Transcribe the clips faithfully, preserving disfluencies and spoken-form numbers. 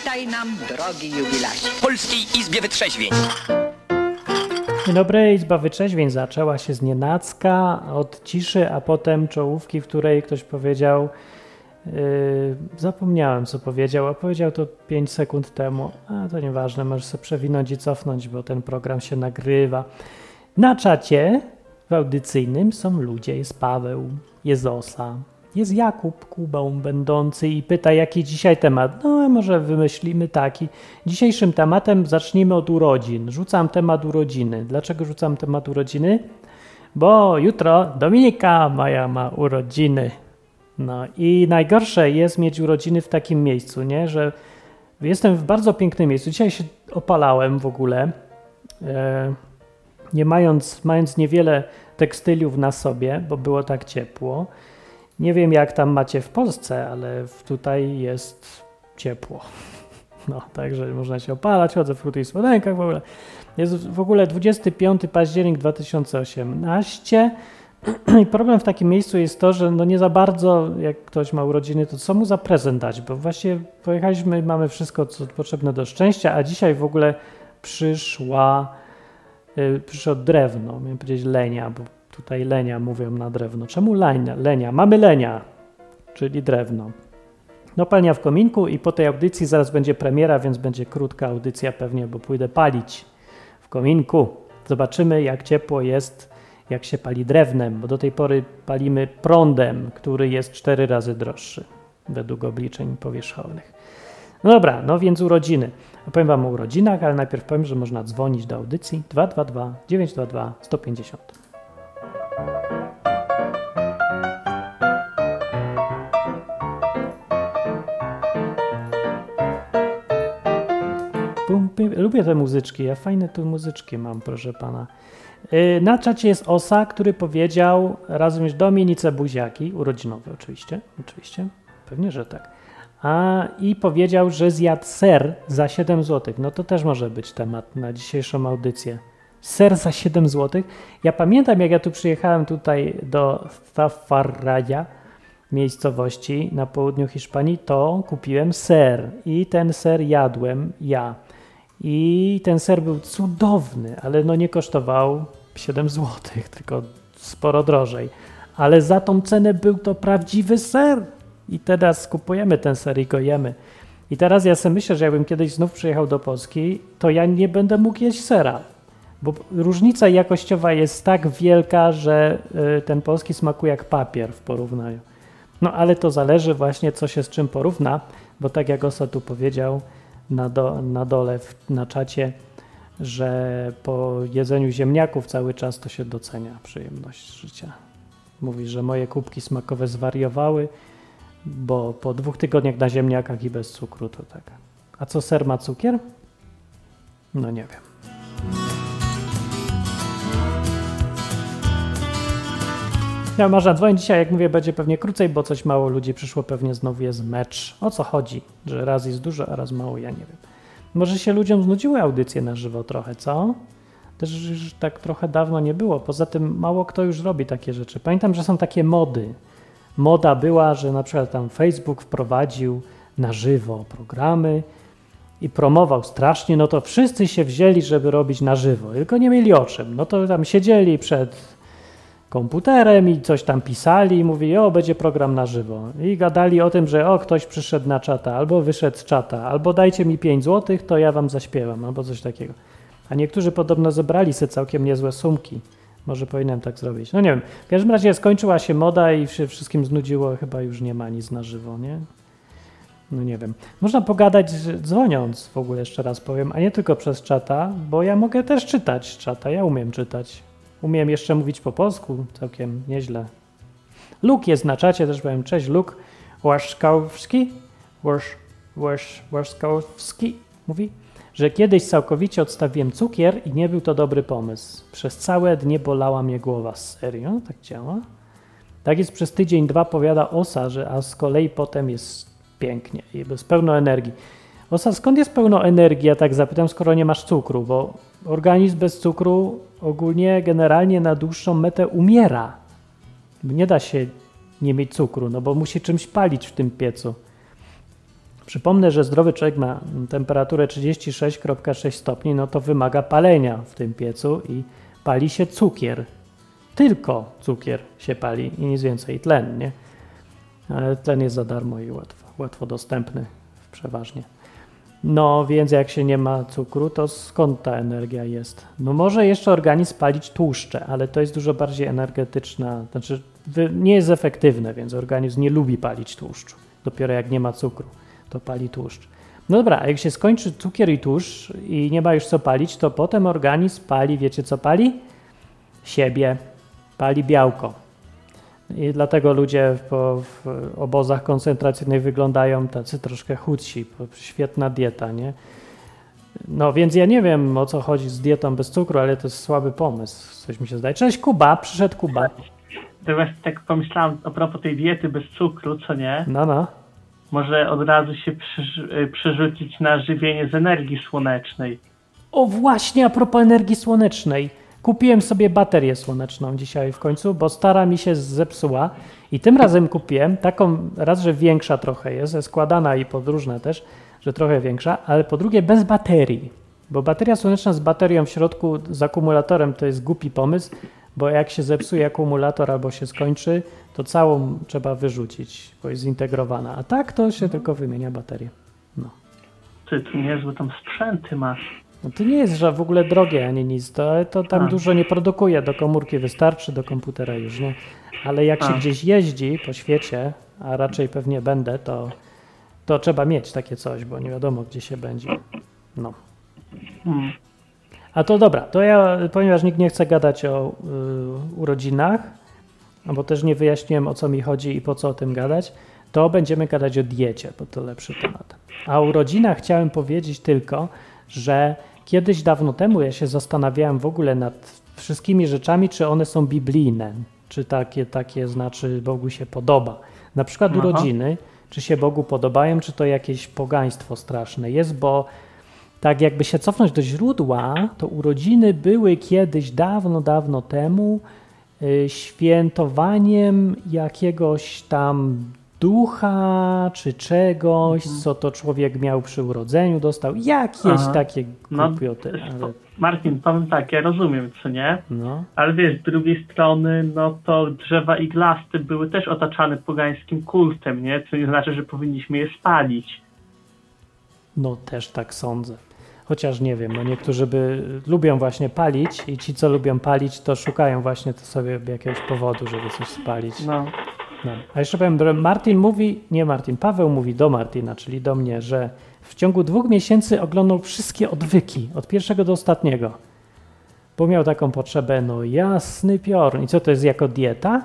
Witaj nam, drogi jubilacie. W Polskiej Izbie Wytrzeźwień. Dzień dobry, Izba Wytrzeźwień zaczęła się znienacka od ciszy, a potem czołówki, w której ktoś powiedział, yy, zapomniałem co powiedział, a powiedział to pięć sekund temu, a to nieważne, możesz sobie przewinąć i cofnąć, bo ten program się nagrywa. Na czacie w audycyjnym są ludzie, jest Paweł, jest Osa, jest Jakub Kubą będący i pyta, jaki dzisiaj temat. No, a może wymyślimy taki. Dzisiejszym tematem zacznijmy od urodzin. Rzucam temat urodziny. Dlaczego rzucam temat urodziny? Bo jutro Dominika moja ma urodziny. No i najgorsze jest mieć urodziny w takim miejscu, nie? Że jestem w bardzo pięknym miejscu. Dzisiaj się opalałem w ogóle, e, nie mając, mając niewiele tekstyliów na sobie, bo było tak ciepło. Nie wiem, jak tam macie w Polsce, ale tutaj jest ciepło. No, także można się opalać, chodzę w krótkich spodenkach w ogóle. Jest w ogóle dwudziestego piątego października dwa tysiące osiemnastego i problem w takim miejscu jest to, że no nie za bardzo, jak ktoś ma urodziny, to co mu za prezent dać, bo właśnie pojechaliśmy, mamy wszystko, co potrzebne do szczęścia, a dzisiaj w ogóle przyszła, yy, przyszło drewno, miałem powiedzieć lenia, bo tutaj lenia mówią na drewno. Czemu lenia? Lenia. Mamy lenia, czyli drewno. No palnia w kominku i po tej audycji zaraz będzie premiera, więc będzie krótka audycja pewnie, bo pójdę palić w kominku. Zobaczymy, jak ciepło jest, jak się pali drewnem, bo do tej pory palimy prądem, który jest cztery razy droższy według obliczeń powierzchownych. No dobra, no więc urodziny. Opowiem wam o urodzinach, ale najpierw powiem, że można dzwonić do audycji dwa dwa dwa dziewięć dwa dwa sto pięćdziesiąt. Lubię te muzyczki, ja fajne tu muzyczki mam, proszę pana. Na czacie jest Osa, który powiedział razem z Dominice Buziaki, urodzinowy oczywiście, oczywiście, pewnie, że tak, a i powiedział, że zjadł ser za siedem złotych. No to też może być temat na dzisiejszą audycję. Ser za siedem złotych. Ja pamiętam, jak ja tu przyjechałem tutaj do Zafarraja, miejscowości na południu Hiszpanii, to kupiłem ser i ten ser jadłem ja. I ten ser był cudowny, ale no nie kosztował siedem złotych, tylko sporo drożej. Ale za tą cenę był to prawdziwy ser. I teraz kupujemy ten ser i go jemy. I teraz ja sobie myślę, że jakbym kiedyś znów przyjechał do Polski, to ja nie będę mógł jeść sera. Bo różnica jakościowa jest tak wielka, że ten polski smakuje jak papier w porównaniu. No ale to zależy właśnie, co się z czym porówna, bo tak jak Osa tu powiedział na, do, na dole w, na czacie, że po jedzeniu ziemniaków cały czas to się docenia przyjemność życia. Mówi, że moje kubki smakowe zwariowały, bo po dwóch tygodniach na ziemniakach i bez cukru to tak. A co, ser ma cukier? No nie wiem. Ja można dzwonić dzisiaj, jak mówię, będzie pewnie krócej, bo coś mało ludzi przyszło, pewnie znowu jest mecz. O co chodzi? Że raz jest dużo, a raz mało, ja nie wiem. Może się ludziom znudziły audycje na żywo trochę, co? Też już tak trochę dawno nie było. Poza tym mało kto już robi takie rzeczy. Pamiętam, że są takie mody. Moda była, że na przykład tam Facebook wprowadził na żywo programy i promował strasznie, no to wszyscy się wzięli, żeby robić na żywo, tylko nie mieli o czym. No to tam siedzieli przed komputerem i coś tam pisali i mówili, o, będzie program na żywo. I gadali o tym, że o, ktoś przyszedł na czata, albo wyszedł z czata, albo dajcie mi pięć złotych, to ja wam zaśpiewam, albo coś takiego. A niektórzy podobno zebrali sobie całkiem niezłe sumki. Może powinienem tak zrobić. No nie wiem. W każdym razie skończyła się moda i się wszystkim znudziło, chyba już nie ma nic na żywo, nie? No nie wiem. Można pogadać dzwoniąc, w ogóle jeszcze raz powiem, a nie tylko przez czata, bo ja mogę też czytać z czata, ja umiem czytać. Umiem jeszcze mówić po polsku, całkiem nieźle. Luke jest na czacie, też powiem, cześć Luke Łaszkowski, Łasz, Łasz, Łaszkowski mówi, że kiedyś całkowicie odstawiłem cukier i nie był to dobry pomysł. Przez całe dnie bolała mnie głowa. Serio? Tak działa? Tak jest przez tydzień, dwa, powiada Osa, że a z kolei potem jest pięknie i jest pełno energii. Osa, skąd jest pełno energii? Ja tak zapytam, skoro nie masz cukru, bo organizm bez cukru ogólnie generalnie na dłuższą metę umiera. Nie da się nie mieć cukru, no bo musi czymś palić w tym piecu. Przypomnę, że zdrowy człowiek ma temperaturę trzydzieści sześć przecinek sześć stopni, no to wymaga palenia w tym piecu i pali się cukier. Tylko cukier się pali i nic więcej. Tlen, nie? Ale tlen jest za darmo i łatwo, łatwo dostępny przeważnie. No więc jak się nie ma cukru, to skąd ta energia jest? No może jeszcze organizm palić tłuszcze, ale to jest dużo bardziej energetyczna, znaczy nie jest efektywne, więc organizm nie lubi palić tłuszczu. Dopiero jak nie ma cukru, to pali tłuszcz. No dobra, a jak się skończy cukier i tłuszcz i nie ma już co palić, to potem organizm pali, wiecie co pali? Siebie, pali białko. I dlatego ludzie po, w obozach koncentracyjnych wyglądają tacy troszkę chudsi, świetna dieta, nie? No więc ja nie wiem, o co chodzi z dietą bez cukru, ale to jest słaby pomysł, coś mi się zdaje. Cześć Kuba, przyszedł Kuba. To właśnie tak pomyślałem a propos tej diety bez cukru, co nie? No, no. Może od razu się przyż- przerzucić na żywienie z energii słonecznej. O właśnie, a propos energii słonecznej. Kupiłem sobie baterię słoneczną dzisiaj w końcu, bo stara mi się zepsuła i tym razem kupiłem taką, raz, że większa trochę jest, składana i podróżna też, że trochę większa, ale po drugie bez baterii, bo bateria słoneczna z baterią w środku, z akumulatorem to jest głupi pomysł, bo jak się zepsuje akumulator albo się skończy, to całą trzeba wyrzucić, bo jest zintegrowana, a tak to się tylko wymienia baterię. No. Ty, tu niezłe tam sprzęty masz. No to nie jest, że w ogóle drogie ani nic, to, to tam a. dużo nie produkuje, do komórki wystarczy, do komputera już nie, ale jak a. się gdzieś jeździ po świecie, a raczej pewnie będę, to, to trzeba mieć takie coś, bo nie wiadomo gdzie się będzie. No. Hmm. A to dobra, to ja, ponieważ nikt nie chce gadać o y, urodzinach, bo też nie wyjaśniłem o co mi chodzi i po co o tym gadać, to będziemy gadać o diecie, bo to lepszy temat. A o urodzinach chciałem powiedzieć tylko, że kiedyś dawno temu ja się zastanawiałem w ogóle nad wszystkimi rzeczami, czy one są biblijne, czy takie, takie znaczy Bogu się podoba. Na przykład Aha. urodziny, czy się Bogu podobają, czy to jakieś pogaństwo straszne jest, bo tak jakby się cofnąć do źródła, to urodziny były kiedyś dawno, dawno temu y, świętowaniem jakiegoś tam ducha czy czegoś, mhm. co to człowiek miał przy urodzeniu, dostał jakieś Aha. takie głupioty. No, ale... Martin, powiem tak, ja rozumiem, co nie? No. Ale wiesz, z drugiej strony, no to drzewa iglaste były też otaczane pogańskim kultem, nie? Co nie znaczy, że powinniśmy je spalić. No też tak sądzę. Chociaż nie wiem, no niektórzy by lubią właśnie palić i ci, co lubią palić, to szukają właśnie to sobie jakiegoś powodu, żeby coś spalić. No. No. A jeszcze powiem, Martin mówi, nie Martin, Paweł mówi do Martina, czyli do mnie, że w ciągu dwóch miesięcy oglądał wszystkie odwyki, od pierwszego do ostatniego, bo miał taką potrzebę, no jasny piorun. I co to jest jako dieta?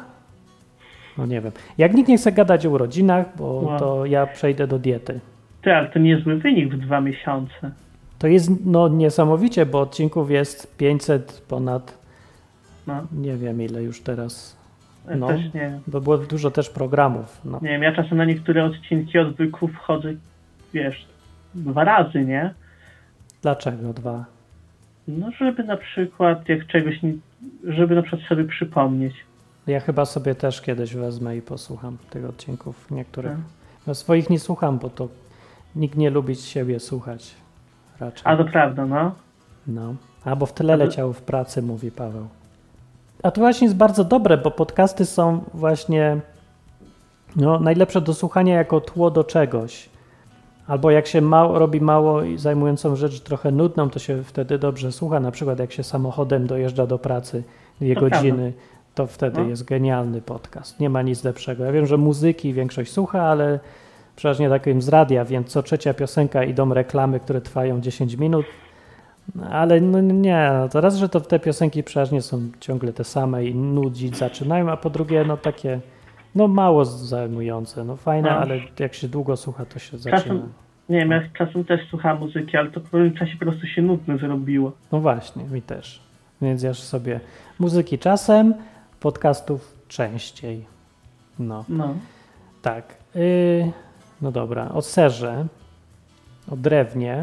No nie wiem. Jak nikt nie chce gadać o urodzinach, bo no. to ja przejdę do diety. Ty, ale to niezły wynik w dwa miesiące. To jest no niesamowicie, bo odcinków jest pięćset ponad, no. nie wiem ile już teraz. No, też nie wiem. Bo było dużo też programów. No. Nie wiem, ja czasem na niektóre odcinki odwyków wchodzę, wiesz, dwa razy, nie? Dlaczego dwa? No, żeby na przykład jak czegoś, nie, żeby na przykład sobie przypomnieć. Ja chyba sobie też kiedyś wezmę i posłucham tych odcinków niektórych. Hmm. No swoich nie słucham, bo to nikt nie lubi siebie słuchać raczej. A to prawda, no. No, albo w tle leciał w pracy, mówi Paweł. A to właśnie jest bardzo dobre, bo podcasty są właśnie no, najlepsze do słuchania jako tło do czegoś. Albo jak się mało, robi mało i zajmującą rzecz trochę nudną, to się wtedy dobrze słucha. Na przykład jak się samochodem dojeżdża do pracy dwie to godziny, prawda. To wtedy no. jest genialny podcast. Nie ma nic lepszego. Ja wiem, że muzyki większość słucha, ale przeważnie tak wiem z radia, więc co trzecia piosenka idą reklamy, które trwają dziesięć minut. Ale no nie, no to raz, że to te piosenki przeważnie są ciągle te same i nudzić zaczynają, a po drugie no takie no mało zajmujące, no fajne, no. ale jak się długo słucha, to się zaczyna. Czasem, nie wiem, ja czasem też słucham muzyki, ale to w pewnym czasie po prostu się nudne zrobiło. No właśnie, mi też. Więc ja sobie muzyki czasem, podcastów częściej. No. No. Tak. Yy, no dobra, o serze, o drewnie,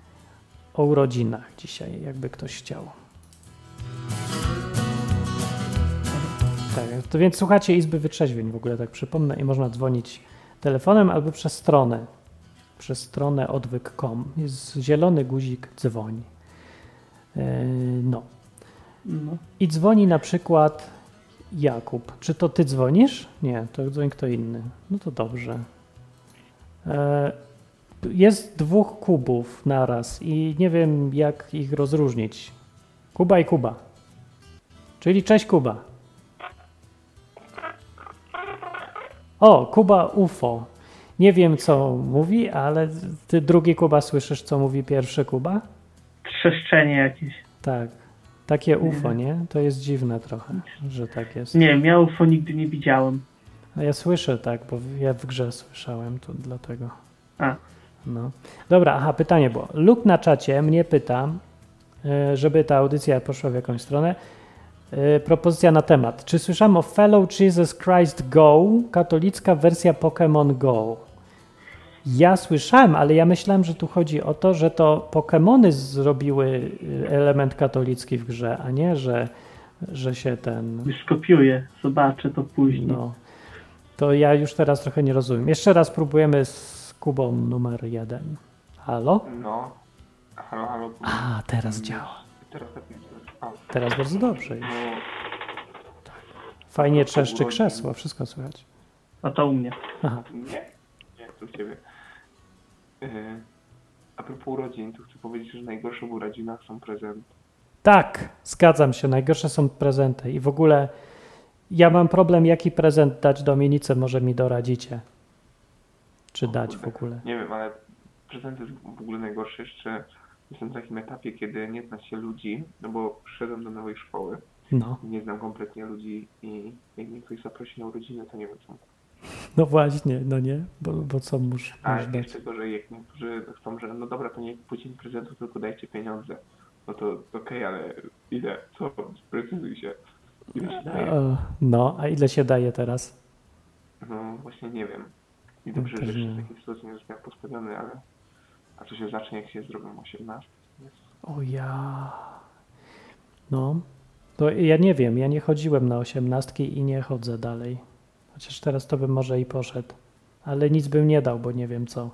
o urodzinach dzisiaj, jakby ktoś chciał. Tak, to więc słuchacie Izby Wytrzeźwień w ogóle, tak przypomnę, i można dzwonić telefonem albo przez stronę przez stronę odwyk kropka com. Jest zielony guzik dzwoni. Yy, no. No. I dzwoni na przykład Jakub. Czy to ty dzwonisz? Nie, to dzwoni kto inny. No to dobrze. Yy, jest dwóch Kubów naraz i nie wiem, jak ich rozróżnić. Kuba i Kuba. Czyli cześć Kuba. O, Kuba U F O. Nie wiem, co mówi, ale ty drugi Kuba słyszysz, co mówi pierwszy Kuba? Trzeszczenie jakieś. Tak. Takie U F O, nie? To jest dziwne trochę, że tak jest. Nie, ja U F O nigdy nie widziałem. A ja słyszę tak, bo ja w grze słyszałem, to dlatego. A. No. Dobra, aha, pytanie było. Luke na czacie mnie pyta, żeby ta audycja poszła w jakąś stronę. Propozycja na temat. Czy słyszałem o Fellow Jesus Christ Go, katolicka wersja Pokémon Go? Ja słyszałem, ale ja myślałem, że tu chodzi o to, że to Pokémony zrobiły element katolicki w grze, a nie, że, że się ten... Już skopiuję, zobaczę to później. No. To ja już teraz trochę nie rozumiem. Jeszcze raz próbujemy z Kubą numer jeden. Halo? No. Halo, halo. A, teraz działa. Teraz tak nie a, Teraz bardzo dobrze. no, Fajnie trzeszczy krzesło, wszystko słychać. A to u mnie. Aha. Nie, nie, to u ciebie. Yy, a propos urodzin, to chcę powiedzieć, że najgorsze w urodzinach są prezenty. Tak, zgadzam się. Najgorsze są prezenty. I w ogóle ja mam problem, jaki prezent dać Dominice, może mi doradzicie. Czy O dać kurde, w ogóle. Nie wiem, ale prezent jest w ogóle najgorszy. Jeszcze jestem w takim etapie, kiedy nie zna się ludzi, no bo przyszedłem do nowej szkoły. No, Nie znam kompletnie ludzi i jak mnie ktoś zaprosi na urodziny, to nie wiem co. no właśnie, no nie, bo, bo co muszę A dać? jeszcze gorzej, jak niektórzy chcą, że no dobra, to nie kupujcie mi prezentu, tylko dajcie pieniądze. No to okej, okay, ale ile? Co? Sprecyzuj się. Ile się daje? E, No, a ile się daje teraz? No właśnie nie wiem. I dobrze, też że nie jeszcze wiem. w takiej sytuacji nie zostałem postawiony, ale... A co się zacznie, jak się zrobią osiemnaście? O ja. No, to ja nie wiem, ja nie chodziłem na osiemnastki i nie chodzę dalej. Chociaż teraz to bym może i poszedł. Ale nic bym nie dał, bo nie wiem co.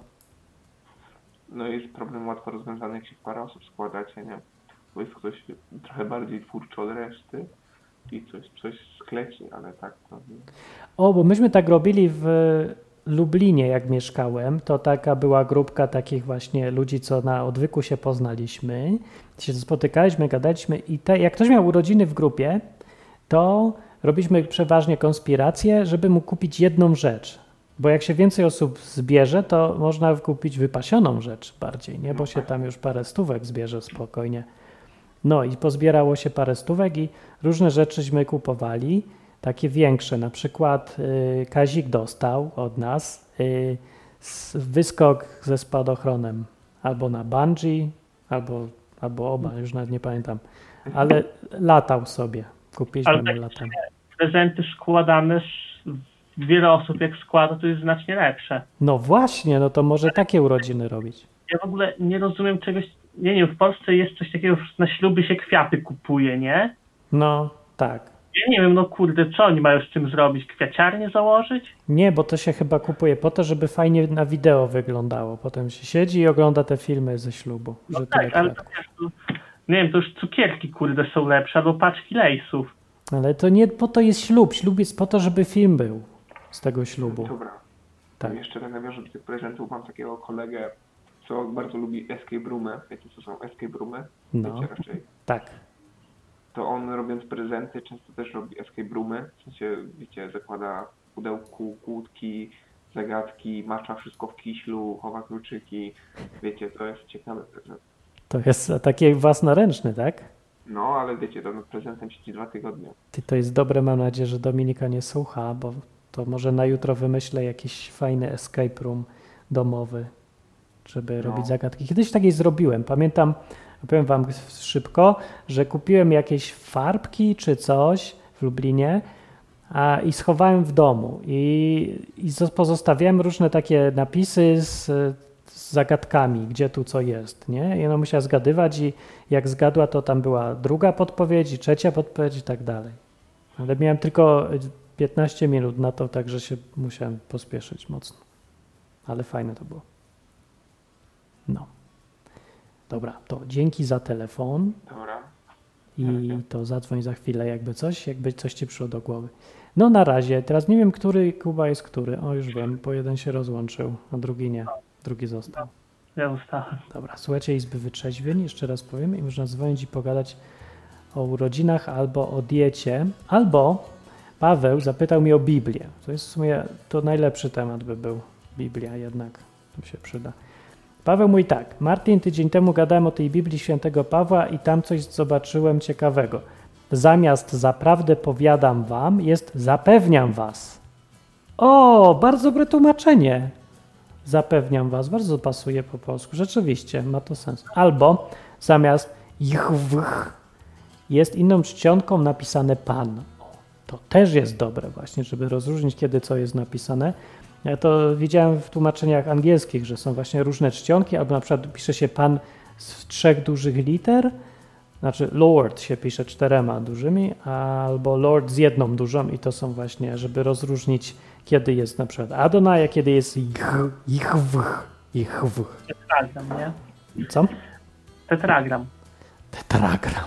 No jest problem łatwo rozwiązany, jak się w parę osób składacie, nie? Bo jest ktoś trochę bardziej twórczy od reszty i coś, coś skleci, ale tak to nie. O, bo myśmy tak robili w Lublinie, jak mieszkałem, to taka była grupka takich właśnie ludzi, co na odwyku się poznaliśmy, się spotykaliśmy, gadaliśmy i te, jak ktoś miał urodziny w grupie, to robiliśmy przeważnie konspirację, żeby mu kupić jedną rzecz, bo jak się więcej osób zbierze, to można kupić wypasioną rzecz bardziej, nie? Bo się tam już parę stówek zbierze spokojnie. No i pozbierało się parę stówek i różne rzeczyśmy kupowali, takie większe, na przykład y, Kazik dostał od nas y, wyskok ze spadochronem albo na bungee, albo, albo oba, już nawet nie pamiętam, ale latał sobie, kupiliśmy Ale mu tak latem. Prezenty składane, wiele osób jak składa, to jest znacznie lepsze. No właśnie, no to może takie urodziny robić. Ja w ogóle nie rozumiem czegoś, nie wiem, w Polsce jest coś takiego, że na śluby się kwiaty kupuje, nie? No tak. Ja nie wiem, no kurde, co oni mają z tym zrobić? Kwiaciarnię założyć? Nie, bo to się chyba kupuje po to, żeby fajnie na wideo wyglądało. Potem się siedzi i ogląda te filmy ze ślubu. No że tak, tyle ale to kwiatków. wiesz, to, nie wiem, to już cukierki, kurde, są lepsze, albo paczki lejsów. Ale to nie po to jest ślub. Ślub jest po to, żeby film był z tego ślubu. Dobra. Tak. Jeszcze tak nawiążę do tych prezentów, mam takiego kolegę, co bardzo lubi escape roomy. Wiecie co są escape roomy? No. Wiecie raczej. Tak. To on robiąc prezenty często też robi escape roomy. W sensie, wiecie, zakłada w pudełku kłódki, zagadki, macza wszystko w kiślu, chowa kluczyki. Wiecie, to jest ciekawy prezent. To jest taki własnoręczny, tak? No, ale wiecie, to nad prezentem siedzi dwa tygodnie. Ty, to jest dobre, mam nadzieję, że Dominika nie słucha, bo to może na jutro wymyślę jakiś fajny escape room domowy, żeby No. robić zagadki. Kiedyś takiej zrobiłem. Pamiętam, powiem wam szybko, że kupiłem jakieś farbki czy coś w Lublinie a, i schowałem w domu i, i zo- pozostawiałem różne takie napisy z, z zagadkami, gdzie tu co jest, nie? I ona musiała zgadywać i jak zgadła, to tam była druga podpowiedź i trzecia podpowiedź i tak dalej. Ale miałem tylko piętnaście minut na to, także się musiałem pospieszyć mocno. Ale fajne to było. No. Dobra, to dzięki za telefon Dobra. i to zadzwoń za chwilę, jakby coś, jakby coś ci przyszło do głowy. No na razie, teraz nie wiem, który Kuba jest który. O, już wiem, bo jeden się rozłączył, a drugi nie. Drugi został. Ja ustałem. Dobra, słuchajcie Izby Wytrzeźwień, jeszcze raz powiem i można dzwonić i pogadać o urodzinach albo o diecie, albo Paweł zapytał mnie o Biblię. To jest w sumie, to najlepszy temat by był. Biblia jednak, to się przyda. Paweł mówi tak, Martin, tydzień temu gadałem o tej Biblii Świętego Pawła i tam coś zobaczyłem ciekawego. Zamiast zaprawdę powiadam wam, jest zapewniam was. O, bardzo dobre tłumaczenie. Zapewniam was, bardzo pasuje po polsku. Rzeczywiście, ma to sens. Albo zamiast jchwych jest inną czcionką napisane Pan. O, to też jest dobre właśnie, żeby rozróżnić, kiedy co jest napisane. Ja to widziałem w tłumaczeniach angielskich, że są właśnie różne czcionki, albo na przykład pisze się Pan z trzech dużych liter, znaczy Lord się pisze czterema dużymi, albo Lord z jedną dużą i to są właśnie, żeby rozróżnić, kiedy jest na przykład Adonai, a kiedy jest Jchwych. Jchwych. Tetragram, nie? Co? Tetragram. Tetragram.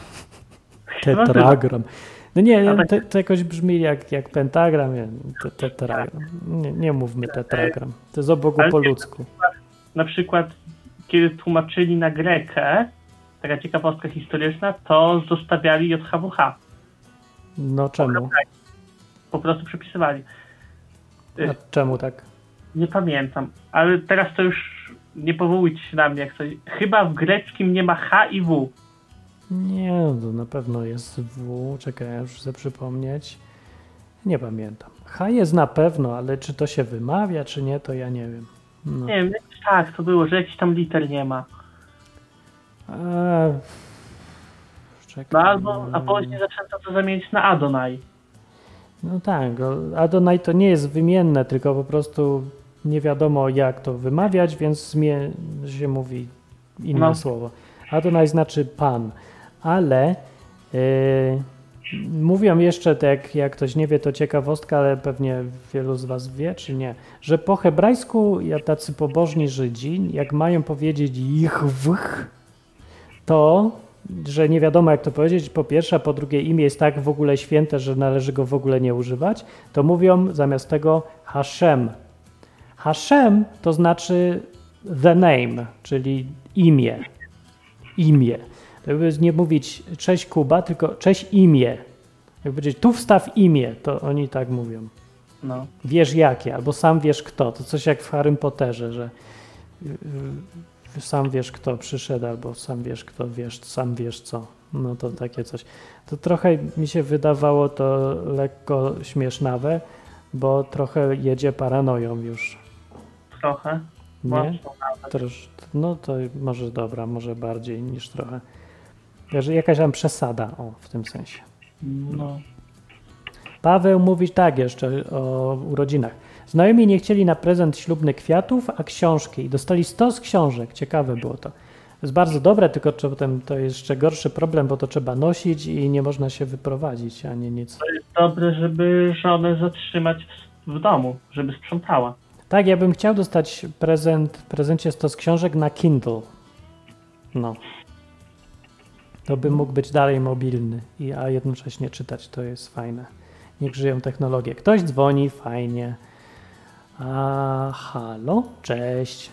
Tetragram. No nie, to, to jakoś brzmi jak, jak pentagram, nie, te, tetragram. Nie, nie mówmy tetragram. To jest o Bogu po ludzku. Na przykład, kiedy tłumaczyli na grekę, taka ciekawostka historyczna, to zostawiali J H W H. No czemu? Po prostu przepisywali. A czemu tak? Nie pamiętam, ale teraz to już nie powołujcie się na mnie jak coś. Chyba w greckim nie ma H i W. Nie, to na pewno jest W. Czekaj, ja już chcę przypomnieć. Nie pamiętam. H jest na pewno, ale czy to się wymawia, czy nie, to ja nie wiem. No. Nie wiem, tak to było, że jakiś tam liter nie ma. Eee, czekaj. No albo, a później zaczęto to zamienić na Adonai. No tak, Adonai to nie jest wymienne, tylko po prostu nie wiadomo jak to wymawiać, więc zmie- się mówi inne No. słowo. Adonai znaczy Pan, ale yy, mówią jeszcze, tak jak ktoś nie wie, to ciekawostka, ale pewnie wielu z was wie, czy nie, że po hebrajsku jak tacy pobożni Żydzi, jak mają powiedzieć Jchwych, to że nie wiadomo jak to powiedzieć, po pierwsze, a po drugie imię jest tak w ogóle święte, że należy go w ogóle nie używać, to mówią zamiast tego Hashem. Hashem to znaczy the name, czyli imię. Imię. To jakby nie mówić cześć Kuba, tylko cześć imię. Jak powiedzieć tu wstaw imię, to oni tak mówią. No. Wiesz jakie, albo sam wiesz kto. To coś jak w Harrym Potterze, że yy, sam wiesz kto przyszedł, albo sam wiesz kto wiesz, sam wiesz co. No to takie coś. To trochę mi się wydawało to lekko śmiesznawe, bo trochę jedzie paranoją już. Trochę. Nie? Mocno nawet. Trosz, no to może dobra, może bardziej niż trochę. Że jakaś tam przesada, o, w tym sensie. No. Paweł mówi tak jeszcze o urodzinach. Znajomi nie chcieli na prezent ślubny kwiatów, a książki. I dostali stos książek. Ciekawe było to. To jest bardzo dobre, tylko potem to jest jeszcze gorszy problem, bo to trzeba nosić i nie można się wyprowadzić, ani nic. To jest dobre, żeby żonę zatrzymać w, w domu, żeby sprzątała. Tak, ja bym chciał dostać prezent, w prezencie stos książek na Kindle. No. To by mógł być dalej mobilny, i, a jednocześnie czytać. To jest fajne. Niech żyją technologie. Ktoś dzwoni, fajnie. A halo? Cześć.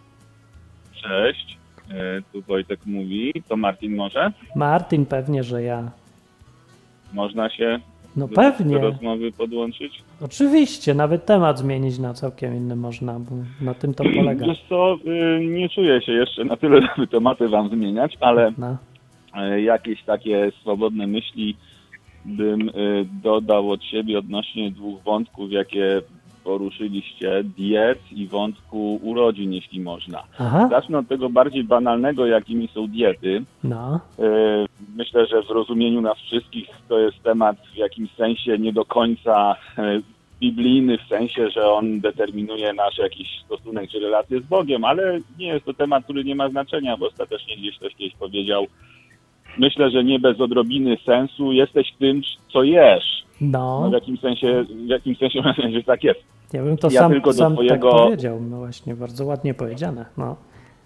Cześć, e, tu Wojtek mówi, to Martin może? Martin, pewnie, że ja. Można się No do, pewnie. do rozmowy podłączyć? Oczywiście, nawet temat zmienić na całkiem inny można, bo na tym to polega. Wiesz co, y, nie czuję się jeszcze na tyle, żeby tematy wam zmieniać, ale No. y, jakieś takie swobodne myśli bym y, dodał od siebie odnośnie dwóch wątków, jakie poruszyliście, diet i wątku urodzin, jeśli można. Aha, Zacznę od tego bardziej banalnego, jakimi są diety. no. Myślę, że w rozumieniu nas wszystkich to jest temat w jakimś sensie nie do końca biblijny, w sensie, że on determinuje nasz jakiś stosunek czy relację z Bogiem, ale nie jest to temat, który nie ma znaczenia, bo ostatecznie gdzieś ktoś kiedyś powiedział, myślę, że nie bez odrobiny sensu jesteś tym, co jesz. No, No w jakimś sensie, w jakimś sensie myślę, że tak jest. ja bym to ja sam, tylko do sam twojego- tak powiedział. No właśnie, bardzo ładnie powiedziane. No.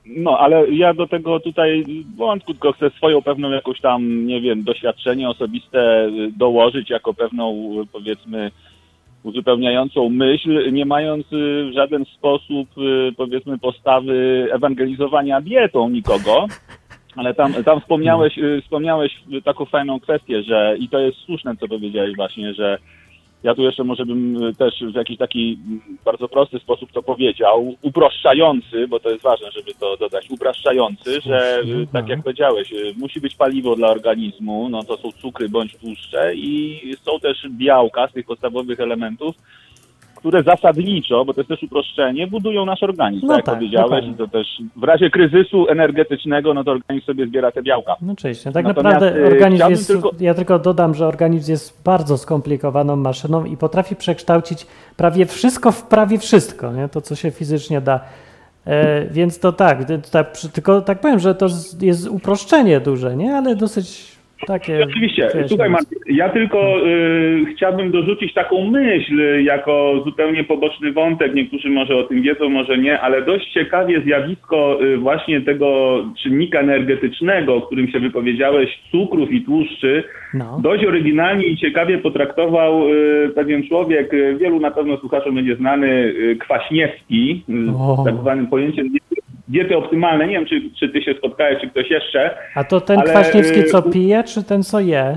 No, ale ja do tego tutaj wątku, tylko chcę swoją pewną jakąś tam, nie wiem, doświadczenie osobiste dołożyć jako pewną, powiedzmy, uzupełniającą myśl, nie mając w żaden sposób, powiedzmy, postawy ewangelizowania dietą nikogo, ale tam, tam wspomniałeś, wspomniałeś taką fajną kwestię, że i to jest słuszne, co powiedziałeś właśnie, że ja tu jeszcze może bym też w jakiś taki bardzo prosty sposób to powiedział, uproszczający, bo to jest ważne, żeby to dodać, upraszczający, że tak jak powiedziałeś, musi być paliwo dla organizmu, no to są cukry bądź tłuszcze i są też białka z tych podstawowych elementów, które zasadniczo, bo to jest też uproszczenie, budują nasz organizm, No tak jak tak, powiedziałeś, dokładnie. i to też w razie kryzysu energetycznego, no to organizm sobie zbiera te białka. No oczywiście. Tak Natomiast, naprawdę y, organizm chciałbym jest, tylko- ja tylko dodam, że organizm jest bardzo skomplikowaną maszyną i potrafi przekształcić prawie wszystko w prawie wszystko, nie? To, co się fizycznie da. E, więc to tak, to, tak, przy- tylko tak powiem, że to z- jest uproszczenie duże, nie? Ale dosyć takie... Oczywiście. wiesz, Słuchaj, no, Martin, ja tylko y, chciałbym dorzucić taką myśl y, jako zupełnie poboczny wątek. Niektórzy może o tym wiedzą, może nie, ale dość ciekawie zjawisko y, właśnie tego czynnika energetycznego, o którym się wypowiedziałeś, cukrów i tłuszczy, no. dość oryginalnie i ciekawie potraktował y, pewien człowiek, y, wielu na pewno słuchaczom będzie znany, y, Kwaśniewski, y, O. tak zwanym pojęciem diety, diety optymalnej. Nie wiem, czy, czy ty się spotkałeś, czy ktoś jeszcze. A to ten ale, Kwaśniewski, y, co pije, czy ten, co je?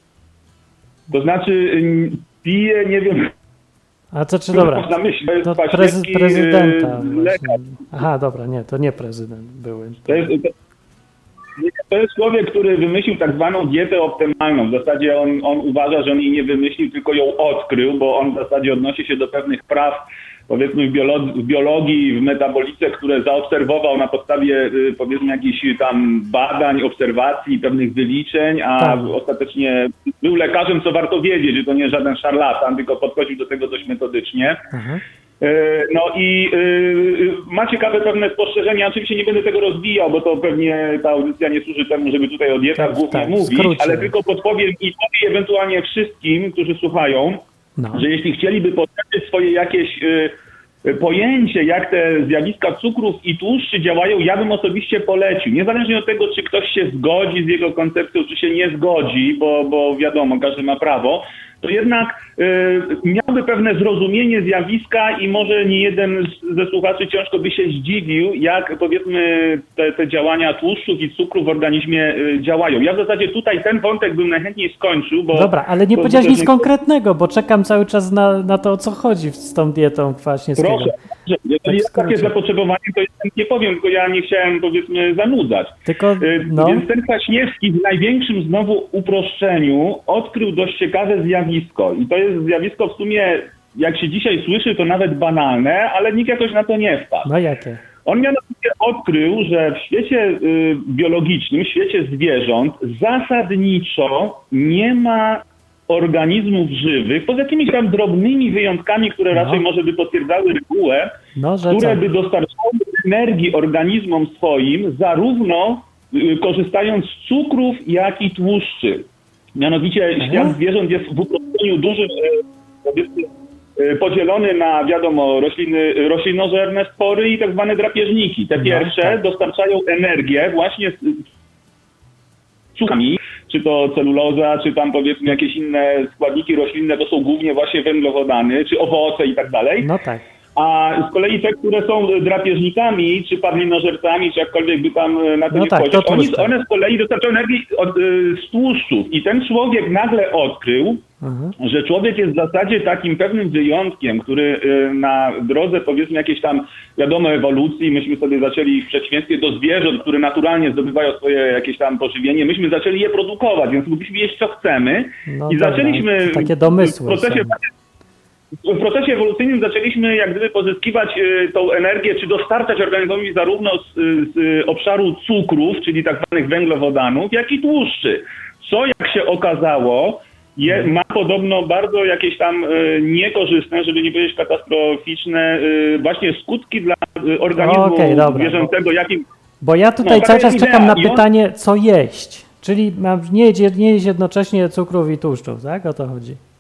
To znaczy y, pije, nie wiem, A co, czy dobra, można myśleć, to jest to prezy, Kwaśniewski, prezydenta. y, właśnie. lekarz. Aha, dobra, nie, to nie prezydent były. To jest, to, to jest człowiek, który wymyślił tak zwaną dietę optymalną. W zasadzie on, on uważa, że on jej nie wymyślił, tylko ją odkrył, bo on w zasadzie odnosi się do pewnych praw, powiedzmy w biologii, w, biologii, w metabolice, które zaobserwował na podstawie y, powiedzmy jakichś tam badań, obserwacji, pewnych wyliczeń, a Tak. ostatecznie był lekarzem, co warto wiedzieć, że to nie żaden szarlatan, tylko podchodził do tego dość metodycznie. Aha. E, No i y, ma ciekawe pewne spostrzeżenia. Oczywiście nie będę tego rozwijał, bo to pewnie ta audycja nie służy temu, żeby tutaj o dietach Tak, głównie tak, w mówić, skrócie. ale tylko podpowiem i powiem ewentualnie wszystkim, którzy słuchają, No. że jeśli chcieliby poszerzyć swoje jakieś y, y, pojęcie, jak te zjawiska cukrów i tłuszczy działają, ja bym osobiście polecił. Niezależnie od tego, czy ktoś się zgodzi z jego koncepcją, czy się nie zgodzi, bo, bo wiadomo, każdy ma prawo, to jednak y, miałby pewne zrozumienie zjawiska i może nie jeden z, ze słuchaczy ciężko by się zdziwił, jak powiedzmy te, te działania tłuszczów i cukru w organizmie y, działają. Ja w zasadzie tutaj ten wątek bym najchętniej skończył, bo... Dobra, ale nie bo- powiedziałeś bo- nic konkretnego, bo czekam cały czas na, na to, o co chodzi z tą dietą Kwaśniewskiego. Proszę, jeżeli Tak w jest skrócie. takie zapotrzebowanie, to ja nie powiem, tylko ja nie chciałem, powiedzmy, zanudzać. Tylko, Y, no, Więc ten Kwaśniewski w największym znowu uproszczeniu odkrył dość ciekawe zjawisko. I to jest zjawisko w sumie, jak się dzisiaj słyszy, to nawet banalne, ale nikt jakoś na to nie wpadł. no jakie? On mianowicie odkrył, że w świecie y, biologicznym, w świecie zwierząt zasadniczo nie ma organizmów żywych, poza jakimiś tam drobnymi wyjątkami, które No. raczej może by potwierdzały regułę, No, że które co? by dostarczały energii organizmom swoim, zarówno y, korzystając z cukrów, jak i tłuszczy. Mianowicie Aha. świat zwierząt jest w uproszczeniu dużym, y, powiedzmy, y, podzielony na, wiadomo, rośliny, roślinożerne spory i tak zwane drapieżniki. Te No, pierwsze tak. dostarczają energię właśnie z cukrami, czy to celuloza, czy tam powiedzmy jakieś inne składniki roślinne, to są głównie właśnie węglowodany, czy owoce i tak dalej. No tak. A z kolei te, które są drapieżnikami, czy padlinożercami, czy jakkolwiek by tam na to No nie tak, spojrzeć, to oni, tłuste. one z kolei dostarczają energii od, y, z tłuszczów. I ten człowiek nagle odkrył, Mhm. że człowiek jest w zasadzie takim pewnym wyjątkiem, który y, na drodze powiedzmy jakiejś tam, wiadomo, ewolucji, myśmy sobie zaczęli w przeciwieństwie do zwierząt, które naturalnie zdobywają swoje jakieś tam pożywienie, myśmy zaczęli je produkować, więc mogliśmy jeść co chcemy. No I dobra, zaczęliśmy to takie domysły w procesie są. w procesie ewolucyjnym zaczęliśmy jak gdyby pozyskiwać y, tą energię, czy dostarczać organizmowi zarówno z, z y, obszaru cukrów, czyli tak zwanych węglowodanów, jak i tłuszczy. Co, jak się okazało, je, ma podobno bardzo jakieś tam y, niekorzystne, żeby nie powiedzieć katastroficzne, y, właśnie skutki dla y, organizmu Okej, dobra, zwierzęcego, jakim... Bo ja tutaj No, cały taka czas jest czekam na idea. I on- pytanie, co jeść. Czyli mam nie jeść, nie jeść jednocześnie cukrów i tłuszczów, tak? O to chodzi.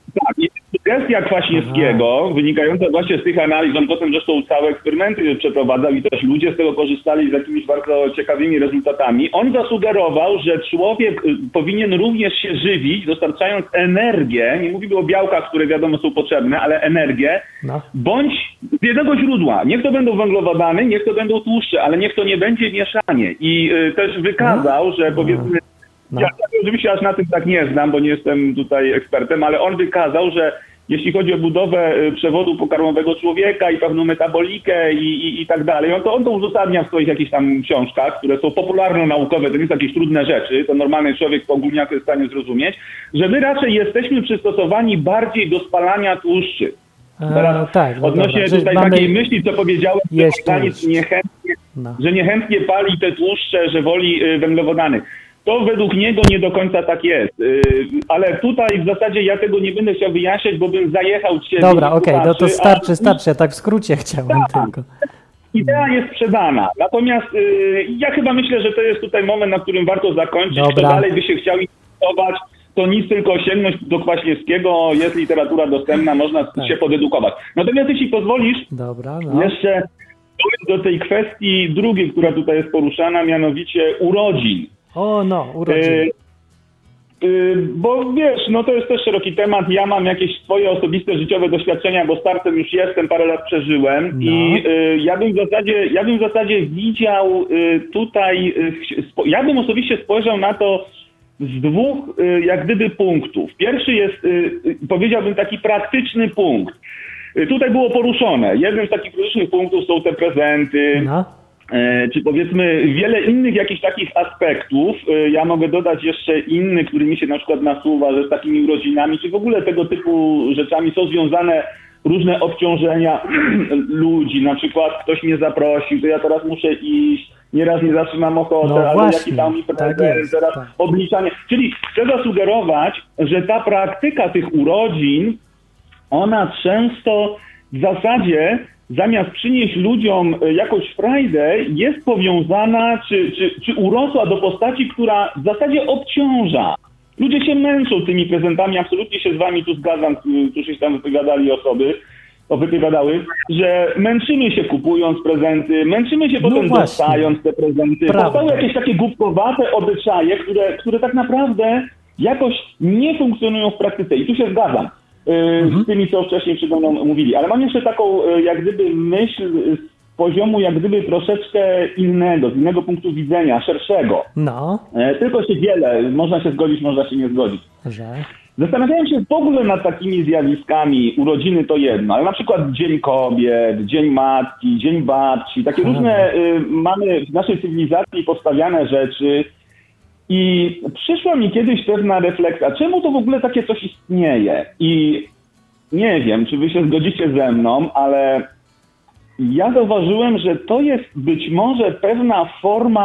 Tak, jest sugestia Kwaśniewskiego, Aha. wynikająca właśnie z tych analiz, on potem zresztą całe eksperymenty przeprowadzał i też ludzie z tego korzystali z jakimiś bardzo ciekawymi rezultatami. On zasugerował, że człowiek powinien również się żywić, dostarczając energię, nie mówimy o białkach, które wiadomo są potrzebne, ale energię, no. bądź z jednego źródła. Niech to będą węglowodany, niech to będą tłuszcze, ale niech to nie będzie mieszanie. I y, też wykazał, no. że powiedzmy, no. ja, ja oczywiście aż na tym tak nie znam, bo nie jestem tutaj ekspertem, ale on wykazał, że jeśli chodzi o budowę przewodu pokarmowego człowieka i pewną metabolikę i, i, i tak dalej, on to, on to uzasadnia w swoich jakichś tam książkach, które są popularno-naukowe, to nie są jakieś trudne rzeczy, to normalny człowiek po ogólniaku jest w stanie zrozumieć, że my raczej jesteśmy przystosowani bardziej do spalania tłuszczy. Teraz A, tak, no odnośnie dobra. tutaj mamy... takiej myśli, co powiedziałem, że organizm niechętnie, no. że niechętnie pali te tłuszcze, że woli y, węglowodany. To według niego nie do końca tak jest, yy, ale tutaj w zasadzie ja tego nie będę chciał wyjaśniać, bo bym zajechał cię. Dobra, okej, okay, no to starczy, a... starczy, ja tak w skrócie chciałem tak, tylko. Idea jest sprzedana, natomiast yy, ja chyba myślę, że to jest tutaj moment, na którym warto zakończyć. Dobra. Kto dalej by się chciał interesować, to nic, tylko sięgnąć do Kwaśniewskiego, jest literatura dostępna, można tak. się podedukować. Natomiast jeśli pozwolisz, Dobra, no. jeszcze do tej kwestii drugiej, która tutaj jest poruszana, mianowicie urodzin. O, no, urodziny. Yy, yy, bo wiesz, no to jest też szeroki temat. Ja mam jakieś swoje osobiste życiowe doświadczenia, bo starcem już jestem, parę lat przeżyłem no. i yy, ja bym w zasadzie, ja bym w zasadzie widział yy, tutaj, yy, spo, ja bym osobiście spojrzał na to z dwóch yy, jak gdyby punktów. Pierwszy jest, yy, powiedziałbym, taki praktyczny punkt. Yy, tutaj było poruszone. Jednym z takich praktycznych punktów są te prezenty. No. Czy powiedzmy wiele innych jakichś takich aspektów. Ja mogę dodać jeszcze inny, który mi się na przykład nasuwa, że z takimi urodzinami, czy w ogóle tego typu rzeczami są związane różne obciążenia ludzi. Na przykład ktoś mnie zaprosił, to ja teraz muszę iść, nieraz nie zawsze mam ochotę, no ale właśnie, jaki dał mi prezent, tak jest, teraz tak. obliczanie. Czyli chcę zasugerować, że ta praktyka tych urodzin, ona często w zasadzie zamiast przynieść ludziom jakąś frajdę, jest powiązana, czy, czy, czy urosła do postaci, która w zasadzie obciąża. Ludzie się męczą tymi prezentami, absolutnie się z wami tu zgadzam, tu się tam wypowiadali osoby, o wypowiadały, że męczymy się kupując prezenty, męczymy się potem no dostając te prezenty. Powstały jakieś takie głupkowate obyczaje, które, które tak naprawdę jakoś nie funkcjonują w praktyce. I tu się zgadzam. Z tymi, co wcześniej przed mną mówili. Ale mam jeszcze taką, jak gdyby, myśl z poziomu, jak gdyby, troszeczkę innego, z innego punktu widzenia, szerszego. No. Tylko się wiele, można się zgodzić, można się nie zgodzić. Że? Zastanawiałem się w ogóle nad takimi zjawiskami, urodziny to jedno, ale na przykład Dzień Kobiet, Dzień Matki, Dzień Babci, takie hmm. różne y, mamy w naszej cywilizacji postawiane rzeczy. I przyszła mi kiedyś pewna refleksja, czemu to w ogóle takie coś istnieje? I nie wiem, czy wy się zgodzicie ze mną, ale ja zauważyłem, że to jest być może pewna forma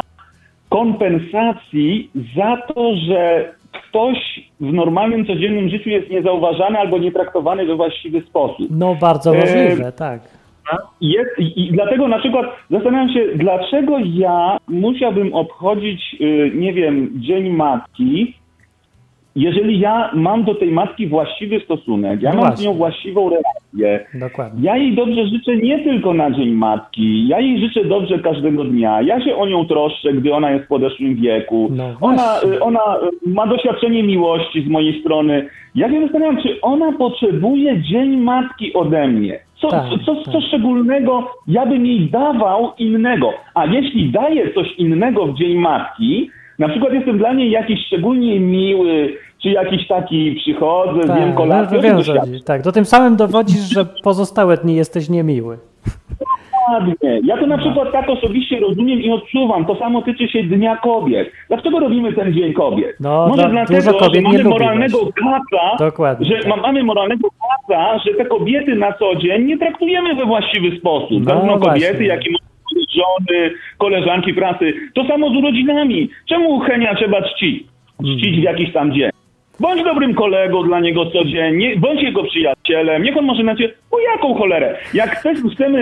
kompensacji za to, że ktoś w normalnym, codziennym życiu jest niezauważany albo nietraktowany we właściwy sposób. No bardzo możliwe, e, tak. Jest, i, I dlatego na przykład zastanawiam się, dlaczego ja musiałbym obchodzić, yy, nie wiem, Dzień Matki, jeżeli ja mam do tej matki właściwy stosunek, ja no mam właśnie. z nią właściwą relację. Dokładnie. Ja jej dobrze życzę nie tylko na Dzień Matki, ja jej życzę dobrze każdego dnia, ja się o nią troszczę, gdy ona jest w podeszłym wieku. No ona, ona ma doświadczenie miłości z mojej strony. Ja się zastanawiam, czy ona potrzebuje Dzień Matki ode mnie. Co, tak, co, co, tak. co szczególnego ja bym jej dawał innego? A jeśli daję coś innego w Dzień Matki, na przykład jestem dla niej jakiś szczególnie miły, czy jakiś taki przychodzę, tak, zjem kolację. No, wiem, tak, to tym samym dowodzisz, że pozostałe dni jesteś niemiły. Dokładnie. Ja to na przykład tak osobiście rozumiem i odczuwam. To samo tyczy się Dnia Kobiet. Dlaczego robimy ten Dzień Kobiet? No, Może no, dlatego, że mamy moralnego kaca, Dokładnie, że tak. mamy moralnego kaca, że te kobiety na co dzień nie traktujemy we właściwy sposób. No, Zarówno kobiety, właśnie. jak i żony, koleżanki pracy. To samo z urodzinami. Czemu Henia trzeba czcić? Czcić w jakiś tam dzień. Bądź dobrym kolegą dla niego codziennie, bądź jego przyjacielem. Niech on może na ciebie, o jaką cholerę. Jak chcesz, chcemy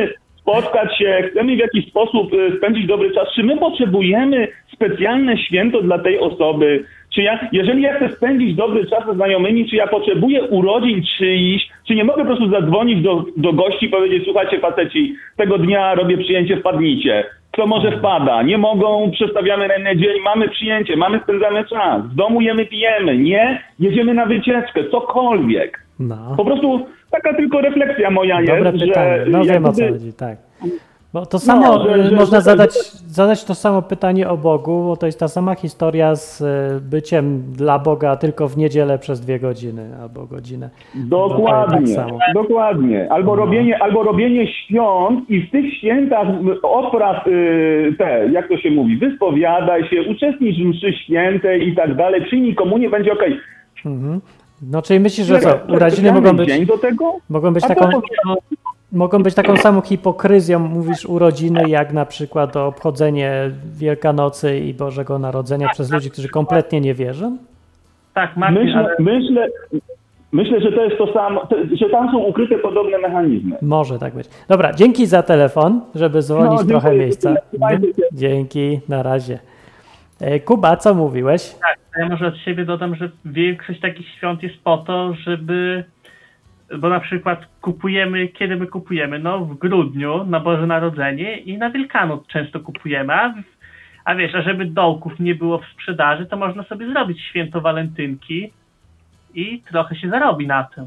spotkać się, chcemy w jakiś sposób y, spędzić dobry czas, czy my potrzebujemy specjalne święto dla tej osoby? Czy ja, jeżeli ja chcę spędzić dobry czas ze znajomymi, czy ja potrzebuję urodzin czyichś, czy nie mogę po prostu zadzwonić do, do gości i powiedzieć, słuchajcie faceci, tego dnia robię przyjęcie, wpadnijcie. Kto może wpada, nie mogą, przestawiamy na inny dzień, mamy przyjęcie, mamy, spędzamy czas, w domu jemy, pijemy, nie, jedziemy na wycieczkę, cokolwiek. No. Po prostu taka tylko refleksja moja Dobre jest, pytanie, że... no wiem o co gdyby- chodzi, tak. Bo to samo, No, że- y, że- można że- zadać, zadać to samo pytanie o Bogu, bo to jest ta sama historia z y, byciem dla Boga tylko w niedzielę przez dwie godziny albo godzinę. Dokładnie, tak samo. dokładnie. Albo, No. robienie, albo robienie świąt i w tych świętach odpraw y, te, jak to się mówi, wyspowiadaj się, uczestnicz w mszy świętej i tak dalej, przyjmij komunię, będzie okej. Mhm. No czyli myślisz, że co, urodziny mogą być, dzień do tego? mogą być A taką... to Mogą być taką samą hipokryzją, mówisz, urodziny, jak na przykład to obchodzenie Wielkanocy i Bożego Narodzenia przez ludzi, którzy kompletnie nie wierzą? Tak, Marcin, myślę, ale myślę, myślę, że to jest to samo, to, że tam są ukryte podobne mechanizmy. Może tak być. Dobra, dzięki za telefon, żeby zwolnić No, trochę dziękuję, miejsca. trzymajcie się. Dzięki, na razie. E, Kuba, co mówiłeś? tak, ja może od siebie dodam, że większość takich świąt jest po to, żeby, bo na przykład kupujemy, kiedy my kupujemy? No w grudniu na Boże Narodzenie i na Wielkanoc często kupujemy, a, w- a wiesz, a żeby dołków nie było w sprzedaży, to można sobie zrobić święto walentynki i trochę się zarobi na tym.